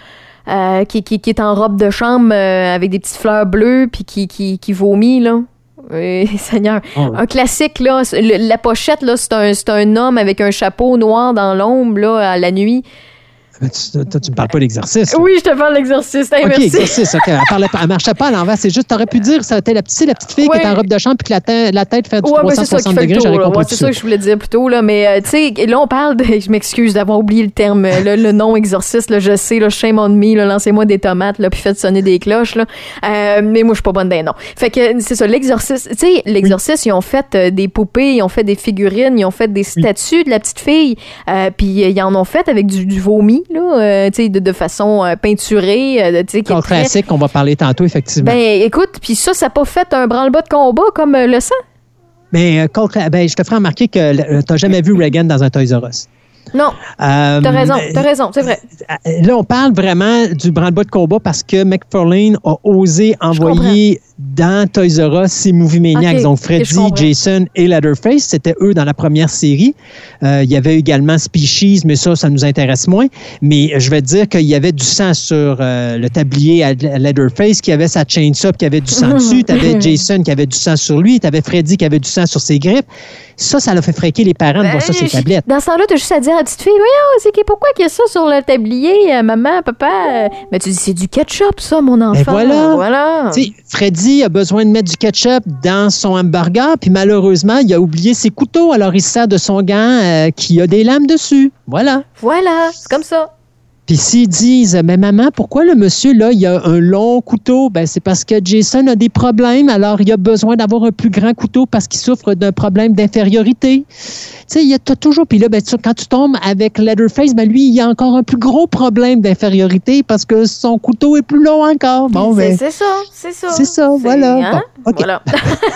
qui est en robe de chambre avec des petites fleurs bleues puis qui vomit, là. Seigneur. Un classique, là. La pochette, là, c'est un homme avec un chapeau noir dans l'ombre, là, à la nuit. Mais tu me parles pas d'exercice. Oui, je te parle d'exercice. Hey, OK, merci. exercice. OK. Elle marchait pas à l'envers. C'est juste, t'aurais pu dire, c'était la petite fille qui est en robe de chambre puis que la tête fait du 360 degrés. J'aurais compris c'est ça que je voulais dire plus tôt. Là. Mais, tu sais, là, on parle de... Je m'excuse d'avoir oublié le terme. Le nom exorciste, là, je sais, là, shame on me, là, lancez-moi des tomates, là, puis faites sonner des cloches. Là. Mais moi, je suis pas bonne d'un nom. Fait que c'est ça, l'exorciste. Tu sais, l'exorciste, ils ont fait des poupées, ils ont fait des figurines, ils ont fait des statues de la petite fille. Puis ils en ont fait avec du vomi, là, tu sais, de façon peinturée. Corps classique, on va parler tantôt, effectivement. Ben, écoute, puis ça n'a pas fait un branle-bas de combat comme le sang? Mais je te ferai remarquer que tu n'as jamais vu Reagan dans un Toys R Us. Non, t'as raison, c'est vrai. Là, on parle vraiment du branle-bas de combat parce que McFarlane a osé envoyer dans Toys R Us ses Movie Maniacs. Donc, Freddy, Jason et Leatherface, c'était eux dans la première série. Il y avait également Species, mais ça nous intéresse moins. Mais je vais te dire qu'il y avait du sang sur le tablier à Leatherface, qui avait sa chainsaw, qui avait du sang dessus. Tu avais Jason qui avait du sang sur lui. Tu avais Freddy qui avait du sang sur ses griffes. Ça l'a fait fréquer les parents de voir ça sur les tablettes. Dans ce temps-là, tu as juste à dire à la petite fille, voyons, pourquoi qu'il y a ça sur le tablier, maman, papa? Mais tu dis, c'est du ketchup, ça, mon enfant. Et voilà. Tu sais, Freddy a besoin de mettre du ketchup dans son hamburger, puis malheureusement, il a oublié ses couteaux, alors il se sert de son gant qui a des lames dessus. Voilà. Voilà, c'est comme ça. Puis s'ils disent, mais maman, pourquoi le monsieur, là, il a un long couteau? Ben, c'est parce que Jason a des problèmes, alors il a besoin d'avoir un plus grand couteau parce qu'il souffre d'un problème d'infériorité. Tu sais, t'as toujours... Puis là, ben, quand tu tombes avec Leatherface, ben lui, il a encore un plus gros problème d'infériorité parce que son couteau est plus long encore. Bon, ben, c'est ça. C'est ça, voilà. Hein? Bon, okay. Voilà.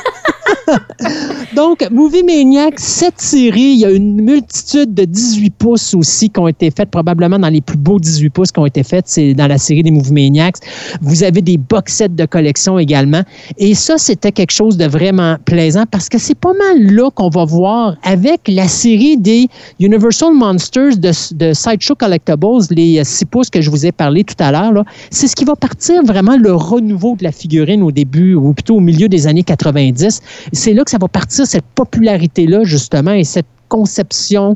Donc, Movie Maniacs, cette série, il y a une multitude de 18 pouces aussi qui ont été faites, probablement dans les plus beaux 18 pouces qui ont été faites, c'est dans la série des Movie Maniacs. Vous avez des box sets de collection également. Et ça, c'était quelque chose de vraiment plaisant parce que c'est pas mal là qu'on va voir avec la série des Universal Monsters de Sideshow Collectibles, les 6 pouces que je vous ai parlé tout à l'heure. Là. C'est ce qui va partir vraiment le renouveau de la figurine au début, ou plutôt au milieu des années 90. C'est là que ça va partir, cette popularité-là, justement, et cette conception,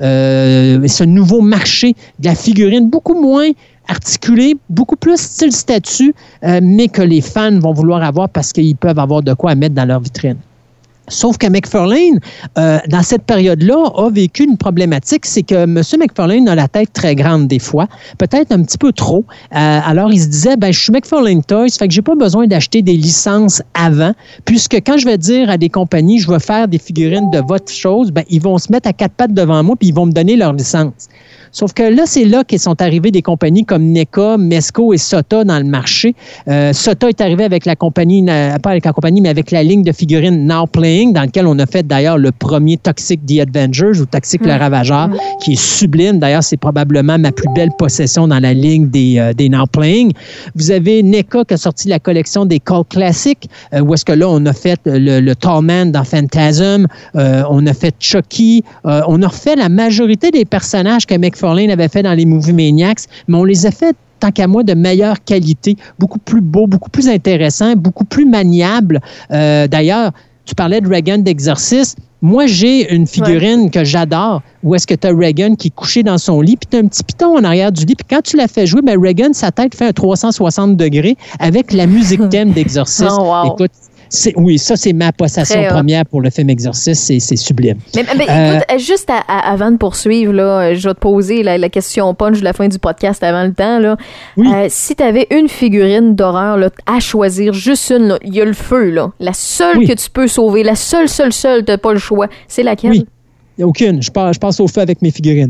ce nouveau marché de la figurine, beaucoup moins articulé, beaucoup plus style statue, mais que les fans vont vouloir avoir parce qu'ils peuvent avoir de quoi à mettre dans leur vitrine. Sauf que McFarlane, dans cette période-là, a vécu une problématique, c'est que M. McFarlane a la tête très grande des fois, peut-être un petit peu trop. Alors, il se disait, je suis McFarlane Toys, fait que j'ai pas besoin d'acheter des licences avant, puisque quand je vais dire à des compagnies, je vais faire des figurines de votre chose, ils vont se mettre à 4 pattes devant moi puis ils vont me donner leur licence. Sauf que là, c'est là qu'ils sont arrivés des compagnies comme NECA, Mesco et Sota dans le marché. Sota est arrivé avec la compagnie, pas avec la compagnie, mais avec la ligne de figurines Now Playing, dans laquelle on a fait d'ailleurs le premier Toxic The Avengers ou Toxic le Ravageur, qui est sublime. D'ailleurs, c'est probablement ma plus belle possession dans la ligne des Now Playing. Vous avez NECA qui a sorti la collection des Cult Classics, où est-ce que là, on a fait le Tall Man dans Phantasm, on a fait Chucky, on a refait la majorité des personnages que McFarlane avait fait dans les Movie Maniacs, mais on les a fait, tant qu'à moi, de meilleure qualité, beaucoup plus beaux, beaucoup plus intéressants, beaucoup plus maniables. D'ailleurs, tu parlais de Reagan d'Exorciste. Moi, j'ai une figurine que j'adore, où est-ce que tu as Reagan qui est couché dans son lit, puis tu as un petit piton en arrière du lit, puis quand tu la fais jouer, Reagan, sa tête fait un 360 degrés avec la musique thème d'Exorciste. Oh, wow. Écoute, oui, ça, c'est ma possession première pour le film Exorcist. C'est sublime. Mais écoute, juste avant de poursuivre, là, je vais te poser la question punch de la fin du podcast avant le temps. Là. Oui. Si tu avais une figurine d'horreur là, à choisir, juste une, il y a le feu, là, la seule que tu peux sauver, la seule, tu n'as pas le choix, c'est laquelle? Oui. Il n'y a aucune. Je passe au feu avec mes figurines.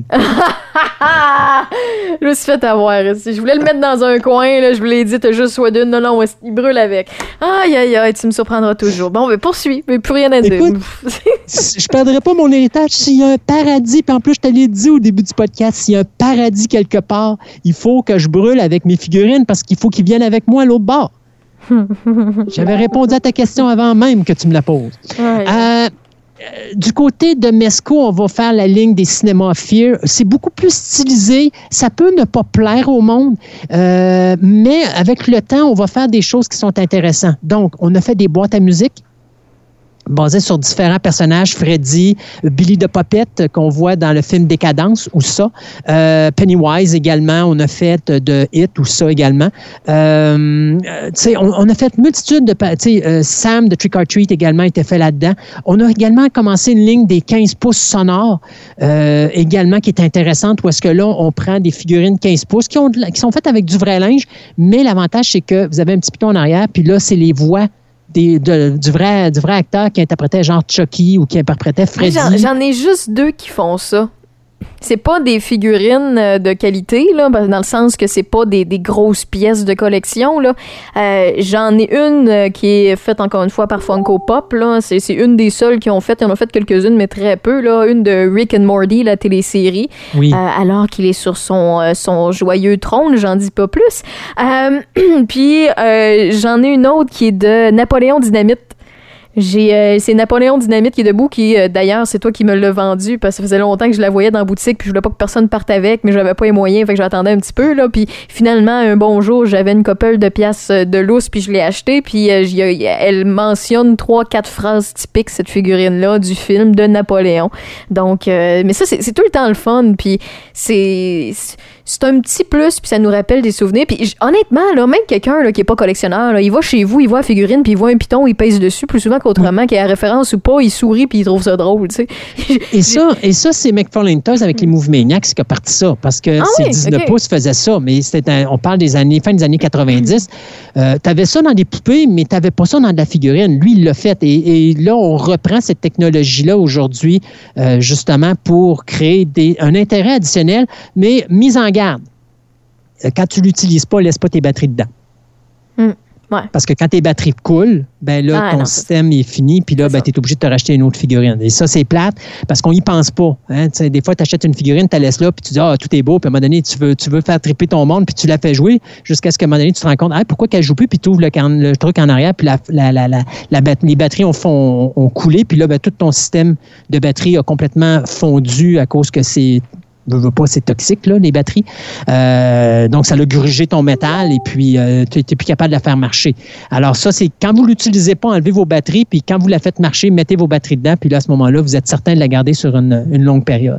Je me suis fait avoir. Je voulais le mettre dans un coin. Là, je vous l'ai dit, t'as juste soit d'une. Non, il brûle avec. Aïe, aïe, aïe, tu me surprendras toujours. Bon, poursuis. Mais plus rien à dire. Écoute, je ne perdrai pas mon héritage. S'il y a un paradis, puis en plus, je te l'ai dit au début du podcast, s'il y a un paradis quelque part, il faut que je brûle avec mes figurines parce qu'il faut qu'ils viennent avec moi à l'autre bord. J'avais répondu à ta question avant même que tu me la poses. Ouais. du côté de Mezco, on va faire la ligne des Cinema Fear. C'est beaucoup plus stylisé. Ça peut ne pas plaire au monde, mais avec le temps, on va faire des choses qui sont intéressantes. Donc, on a fait des boîtes à musique basé sur différents personnages, Freddy, Billy the Puppet, qu'on voit dans le film Décadence, ou ça. Pennywise également, on a fait de It, ou ça également. On a fait multitude de... Sam de Trick or Treat également était fait là-dedans. On a également commencé une ligne des 15 pouces sonores, également, qui est intéressante, où est-ce que là, on prend des figurines 15 pouces qui sont faites avec du vrai linge, mais l'avantage, c'est que vous avez un petit piton en arrière, puis là, c'est les voix du vrai acteur qui interprétait genre Chucky ou qui interprétait Freddy. J'en ai juste 2 qui font ça. C'est pas des figurines de qualité, là, dans le sens que c'est pas des grosses pièces de collection, là. J'en ai une qui est faite encore une fois par Funko Pop, là. C'est une des seules qui ont fait. Ils en ont fait quelques-unes, mais très peu, là. Une de Rick and Morty, la télésérie. Oui. Alors qu'il est sur son joyeux trône, j'en dis pas plus. Puis j'en ai une autre qui est de Napoléon Dynamite. C'est Napoléon Dynamite qui est debout, qui d'ailleurs c'est toi qui me l'as vendu parce que ça faisait longtemps que je la voyais dans la boutique puis je voulais pas que personne parte avec, mais j'avais pas les moyens, fait que j'attendais un petit peu là, puis finalement un bon jour j'avais une couple de pièces de lousse puis je l'ai acheté, puis elle mentionne 3-4 phrases typiques, cette figurine là du film de Napoléon. Donc mais ça c'est tout le temps le fun, puis c'est un petit plus, puis ça nous rappelle des souvenirs. Puis honnêtement, là, même quelqu'un là, qui est pas collectionneur, là, il va chez vous, il voit la figurine, puis il voit un piton, il pèse dessus plus souvent qu'autrement, qu'il y a référence ou pas, il sourit, puis il trouve ça drôle, tu sais. Et ça, c'est McFarlane Toys avec les Movie Maniacs qui a parti ça, parce que ces 19 pouces faisaient ça, mais on parle fin des années 90. T'avais ça dans des poupées, mais t'avais pas ça dans de la figurine. Lui, il l'a fait. Et là, on reprend cette technologie-là aujourd'hui, justement, pour créer un intérêt additionnel, mais mise en garde. Quand tu l'utilises pas, laisse pas tes batteries dedans. Ouais. Parce que quand tes batteries coulent, ben là, ton système est fini, puis là, ben, tu es obligé de te racheter une autre figurine. Et ça, c'est plate, parce qu'on y pense pas. Hein? Des fois, tu achètes une figurine, tu la laisses là, puis tu dis, tout est beau, puis à un moment donné, tu veux faire triper ton monde, puis tu la fais jouer, jusqu'à ce qu'à un moment donné, tu te rends compte, pourquoi qu'elle joue plus, puis tu ouvres le truc en arrière, puis les batteries ont coulé, puis là, ben, tout ton système de batterie a complètement fondu à cause que c'est toxique, là, les batteries. Donc, ça a grugé ton métal et puis tu n'es plus capable de la faire marcher. Alors, ça, c'est quand vous ne l'utilisez pas, enlevez vos batteries, puis quand vous la faites marcher, mettez vos batteries dedans, puis là, à ce moment-là, vous êtes certain de la garder sur une longue période.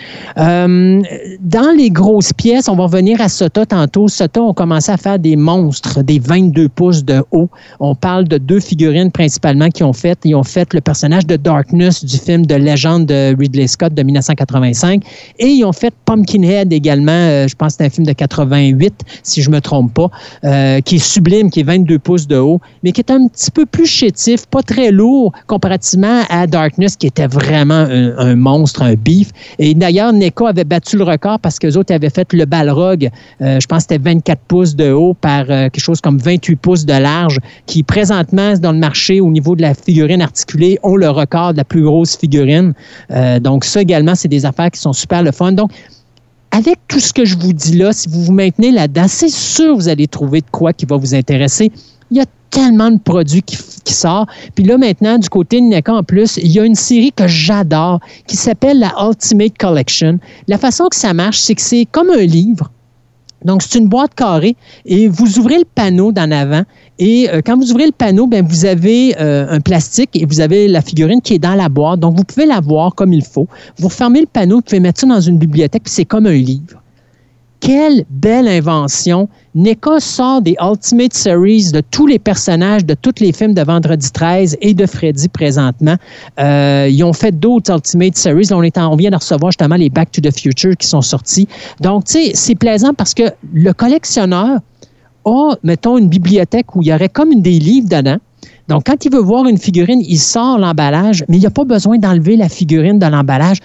Dans les grosses pièces, on va revenir à Sota tantôt. Sota ont commencé à faire des monstres, des 22 pouces de haut. On parle de 2 figurines principalement qu'ils ont fait. Ils ont fait le personnage de Darkness du film de légende de Ridley Scott de 1985 et ils ont fait Pumpkinhead également, je pense que c'est un film de 88, si je ne me trompe pas, qui est sublime, qui est 22 pouces de haut, mais qui est un petit peu plus chétif, pas très lourd comparativement à Darkness, qui était vraiment un monstre, un beef. Et d'ailleurs, NECA avait battu le record parce qu'eux autres avaient fait le Balrog, je pense que c'était 24 pouces de haut par quelque chose comme 28 pouces de large, qui présentement, dans le marché, au niveau de la figurine articulée, ont le record de la plus grosse figurine. Donc ça également, c'est des affaires qui sont super le fun. Donc, avec tout ce que je vous dis là, si vous vous maintenez là-dedans, c'est sûr que vous allez trouver de quoi qui va vous intéresser. Il y a tellement de produits qui sortent. Puis là, maintenant, du côté de NECA, en plus, il y a une série que j'adore qui s'appelle la Ultimate Collection. La façon que ça marche, c'est que c'est comme un livre. Donc, c'est une boîte carrée et vous ouvrez le panneau d'en avant et quand vous ouvrez le panneau, bien, vous avez un plastique et vous avez la figurine qui est dans la boîte. Donc, vous pouvez la voir comme il faut. Vous refermez le panneau, vous pouvez mettre ça dans une bibliothèque puis c'est comme un livre. Quelle belle invention! NECA sort des Ultimate Series de tous les personnages de tous les films de Vendredi 13 et de Freddy présentement. Ils ont fait d'autres Ultimate Series. Là, on vient de recevoir justement les Back to the Future qui sont sortis. Donc, tu sais, c'est plaisant parce que le collectionneur a, mettons, une bibliothèque où il y aurait comme des livres dedans. Donc, quand il veut voir une figurine, il sort l'emballage, mais il n'y a pas besoin d'enlever la figurine de l'emballage.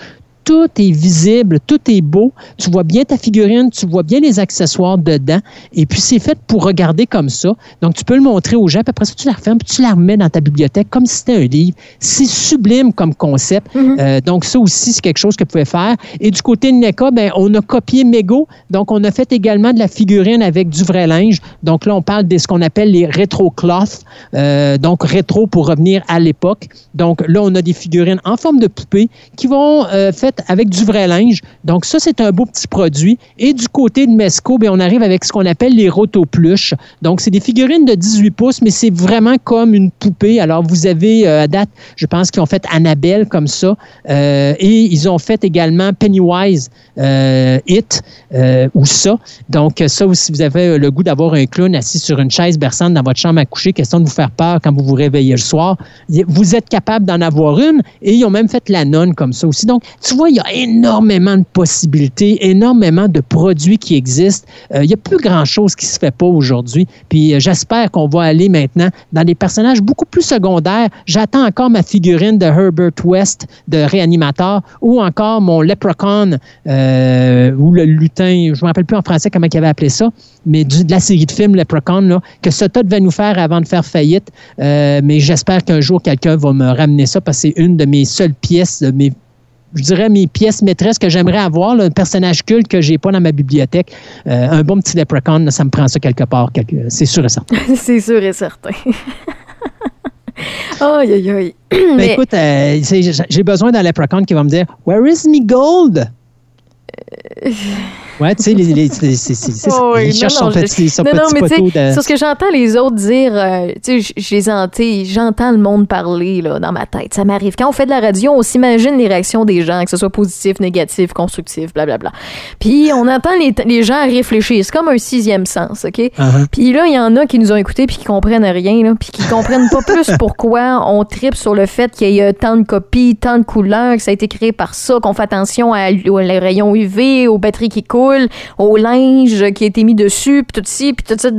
tout est visible, tout est beau. Tu vois bien ta figurine, tu vois bien les accessoires dedans. Et puis, c'est fait pour regarder comme ça. Donc, tu peux le montrer aux gens, puis après ça, tu la refermes, puis tu la remets dans ta bibliothèque comme si c'était un livre. C'est sublime comme concept. Donc, ça aussi, c'est quelque chose que vous pouvez faire. Et du côté de NECA, ben, on a copié Mego. Donc, on a fait également de la figurine avec du vrai linge. Donc, là, on parle de ce qu'on appelle les rétro-cloths. Donc, rétro pour revenir à l'époque. Donc, là, on a des figurines en forme de poupée qui vont faites avec du vrai linge. Donc, ça, c'est un beau petit produit. Et du côté de Mesco, bien, on arrive avec ce qu'on appelle les rotopluches. Donc, c'est des figurines de 18 pouces, mais c'est vraiment comme une poupée. Alors, vous avez, à date, je pense qu'ils ont fait Annabelle comme ça. Et ils ont fait également Pennywise, It, ou ça. Donc, ça, si vous avez le goût d'avoir un clown assis sur une chaise berçante dans votre chambre à coucher, question de vous faire peur quand vous vous réveillez le soir, vous êtes capable d'en avoir une. Et ils ont même fait la nonne comme ça aussi. Donc, tu vois, il y a énormément de possibilités, énormément de produits qui existent. Il n'y a plus grand-chose qui ne se fait pas aujourd'hui. Puis j'espère qu'on va aller maintenant dans des personnages beaucoup plus secondaires. J'attends encore ma figurine de Herbert West, de Réanimateur, ou encore mon Leprechaun, ou le lutin, je ne me rappelle plus en français comment il avait appelé ça, mais de la série de films Leprechaun, là, que Sota devait nous faire avant de faire faillite. Mais j'espère qu'un jour, quelqu'un va me ramener ça, parce que c'est une de mes seules pièces, je dirais mes pièces maîtresses que j'aimerais avoir, là, un personnage culte que j'ai pas dans ma bibliothèque. Un bon petit Leprechaun, là, ça me prend ça quelque part. C'est sûr et certain. C'est sûr et certain. Aïe, aïe, aïe. Mais écoute, j'ai besoin d'un Leprechaun qui va me dire « Where is me gold? » Ouais, tu sais, il cherche son petit poteau de... C'est ce que j'entends les autres dire, tu sais, j'entends le monde parler là, dans ma tête. Ça m'arrive. Quand on fait de la radio, on s'imagine les réactions des gens, que ce soit positif, négatif, constructif, blablabla. Puis on entend les gens réfléchir. C'est comme un sixième sens, OK? Uh-huh. Puis là, il y en a qui nous ont écoutés puis qui comprennent rien, là, puis qui comprennent pas plus pourquoi on tripe sur le fait qu'il y a tant de copies, tant de couleurs, que ça a été créé par ça, qu'on fait attention aux rayons UV, aux batteries qui coulent, au linge qui a été mis dessus, puis tout ci, puis tout ça,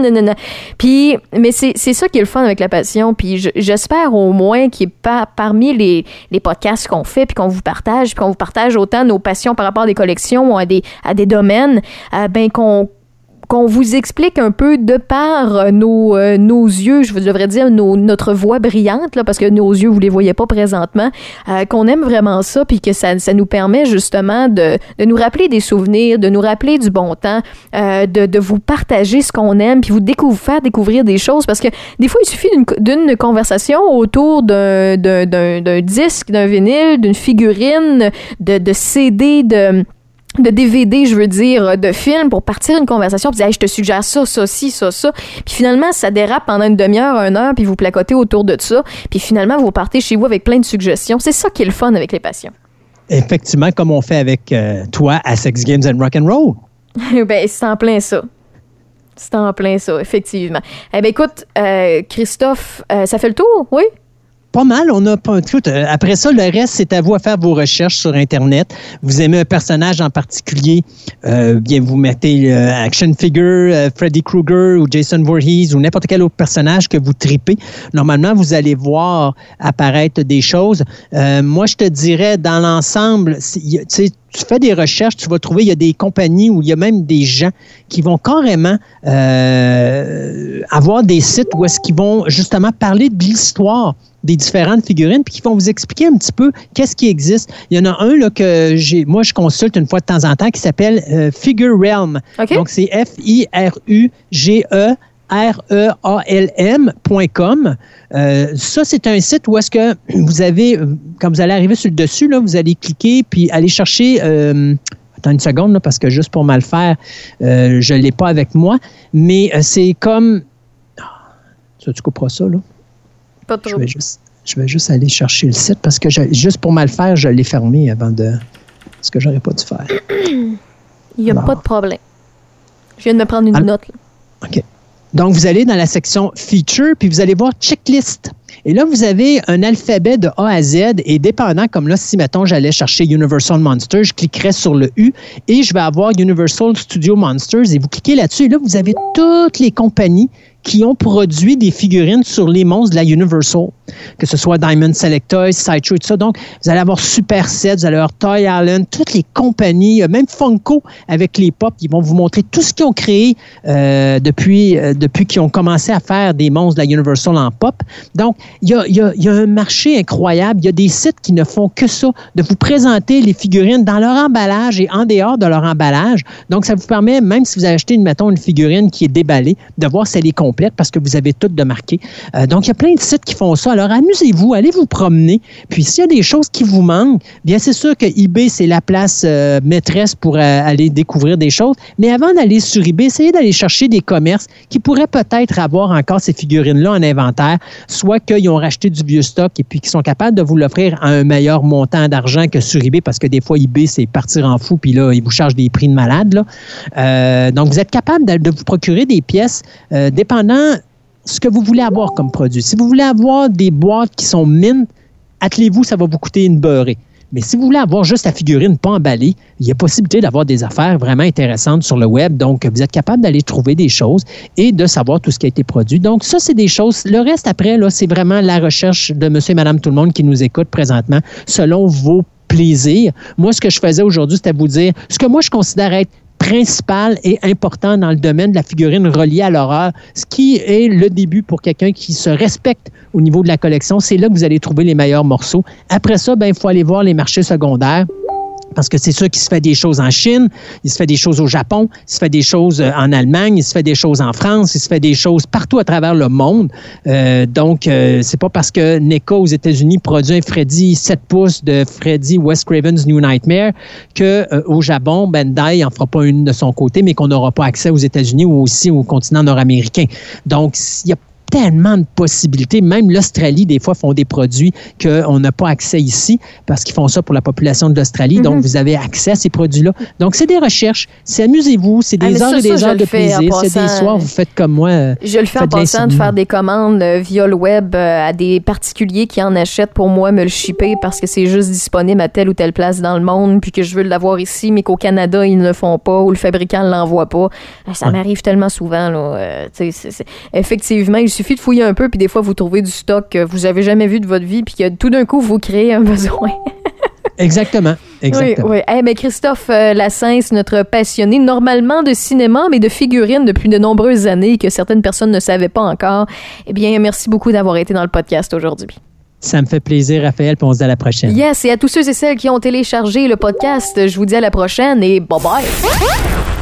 puis, mais c'est ça qui est le fun avec la passion, puis j'espère au moins qu'il est parmi les podcasts qu'on fait, puis qu'on vous partage autant nos passions par rapport à des collections, à des domaines, ben qu'on vous explique un peu de par nos yeux, je devrais dire notre voix brillante, là, parce que nos yeux, vous les voyez pas présentement, qu'on aime vraiment ça, puis que ça nous permet justement de nous rappeler des souvenirs, de nous rappeler du bon temps, de vous partager ce qu'on aime, puis faire découvrir des choses, parce que des fois, il suffit d'une conversation autour d'un disque, d'un vinyle, d'une figurine, de CD, de DVD, je veux dire, de films pour partir une conversation puis dire hey, je te suggère ça, ci, ça. Puis finalement, ça dérape pendant une demi-heure, 1 heure, puis vous placotez autour de ça. Puis finalement, vous partez chez vous avec plein de suggestions. C'est ça qui est le fun avec les passions. Effectivement, comme on fait avec toi à Sex Games and Rock'n'Roll. Ben, c'est en plein ça. C'est en plein ça, effectivement. Eh bien, écoute, Christophe, ça fait le tour, oui? Pas mal, on a pas tout. Après ça, le reste, c'est à vous à faire vos recherches sur Internet. Vous aimez un personnage en particulier, bien vous mettez action figure, Freddy Krueger ou Jason Voorhees ou n'importe quel autre personnage que vous tripez. Normalement, vous allez voir apparaître des choses. Moi, je te dirais, dans l'ensemble, tu sais, tu fais des recherches, tu vas trouver, il y a des compagnies où il y a même des gens qui vont carrément avoir des sites où est-ce qu'ils vont justement parler de l'histoire des différentes figurines puis qui vont vous expliquer un petit peu qu'est-ce qui existe. Il y en a un là, que moi je consulte une fois de temps en temps qui s'appelle Figure Realm. Okay. Donc c'est FIRUGEREALM.com. Ça, c'est un site où est-ce que vous avez, quand vous allez arriver sur le dessus, là, vous allez cliquer puis aller chercher... Attends une seconde, là, parce que juste pour mal faire, je ne l'ai pas avec moi, mais c'est comme... Ça, tu couperas ça, là? Pas trop. Je vais juste aller chercher le site parce que juste pour mal faire, je l'ai fermé avant de... Ce que j'aurais pas dû faire. Il n'y a pas de problème. Je viens de me prendre une note. Là. OK. Donc, vous allez dans la section Feature, puis vous allez voir Checklist. Et là, vous avez un alphabet de A à Z et dépendant, comme là, si, mettons, j'allais chercher Universal Monsters, je cliquerais sur le U et je vais avoir Universal Studio Monsters et vous cliquez là-dessus et là, vous avez toutes les compagnies qui ont produit des figurines sur les monstres de la Universal, que ce soit Diamond Selectoys, Sideshow et tout ça. Donc, vous allez avoir Super Set, vous allez avoir Toy Island, toutes les compagnies, même Funko avec les pop, ils vont vous montrer tout ce qu'ils ont créé depuis qu'ils ont commencé à faire des monstres de la Universal en pop. Donc, il y a un marché incroyable. Il y a des sites qui ne font que ça, de vous présenter les figurines dans leur emballage et en dehors de leur emballage. Donc, ça vous permet, même si vous achetez, mettons, une figurine qui est déballée, de voir si elle est complète parce que vous avez tout de marqué. Donc, il y a plein de sites qui font ça. Alors, amusez-vous, allez vous promener. Puis, s'il y a des choses qui vous manquent, bien, c'est sûr que eBay, c'est la place maîtresse pour aller découvrir des choses. Mais avant d'aller sur eBay, essayez d'aller chercher des commerces qui pourraient peut-être avoir encore ces figurines-là en inventaire, soit qu'ils ont racheté du vieux stock et puis qu'ils sont capables de vous l'offrir à un meilleur montant d'argent que sur eBay, parce que des fois, eBay, c'est partir en fou, puis là, ils vous chargent des prix de malade. Là. Donc, vous êtes capable de vous procurer des pièces dépendant ce que vous voulez avoir comme produit. Si vous voulez avoir des boîtes qui sont mines, attelez-vous, ça va vous coûter une beurrée. Mais si vous voulez avoir juste la figurine pas emballée, il y a possibilité d'avoir des affaires vraiment intéressantes sur le web. Donc, vous êtes capable d'aller trouver des choses et de savoir tout ce qui a été produit. Donc, ça, c'est des choses. Le reste, après, là, c'est vraiment la recherche de monsieur et madame tout le monde qui nous écoute présentement selon vos plaisirs. Moi, ce que je faisais aujourd'hui, c'était vous dire ce que moi, je considère être principal et important dans le domaine de la figurine reliée à l'horreur, ce qui est le début pour quelqu'un qui se respecte au niveau de la collection. C'est là que vous allez trouver les meilleurs morceaux. Après ça, il faut aller voir les marchés secondaires. Parce que c'est sûr qu'il se fait des choses en Chine, il se fait des choses au Japon, il se fait des choses en Allemagne, il se fait des choses en France, il se fait des choses partout à travers le monde. Donc, c'est pas parce que NECA aux États-Unis produit un Freddy 7 pouces de Freddy Wes Craven's New Nightmare que au Japon, Bandai en fera pas une de son côté, mais qu'on n'aura pas accès aux États-Unis ou aussi au continent nord-américain. Donc, il y a tellement de possibilités. Même l'Australie, des fois, font des produits qu'on n'a pas accès ici parce qu'ils font ça pour la population de l'Australie. Donc, vous avez accès à ces produits-là. Donc, c'est des recherches. C'est amusez-vous. C'est des heures et des heures de plaisir. C'est des soirs, vous faites comme moi. Je le fais en passant de faire des commandes via le web à des particuliers qui en achètent pour moi, me le shipper parce que c'est juste disponible à telle ou telle place dans le monde puis que je veux l'avoir ici, mais qu'au Canada, ils ne le font pas ou le fabricant ne l'envoie pas. Ça m'arrive tellement souvent. Là. Effectivement, il suffit de fouiller un peu, puis des fois, vous trouvez du stock que vous n'avez jamais vu de votre vie, puis que tout d'un coup, vous créez un besoin. Exactement. Oui. Mais Christophe Lassens, notre passionné normalement de cinéma, mais de figurines depuis de nombreuses années que certaines personnes ne savaient pas encore, eh bien, merci beaucoup d'avoir été dans le podcast aujourd'hui. Ça me fait plaisir, Raphaël, puis on se dit à la prochaine. Yes, et à tous ceux et celles qui ont téléchargé le podcast, je vous dis à la prochaine et bye-bye!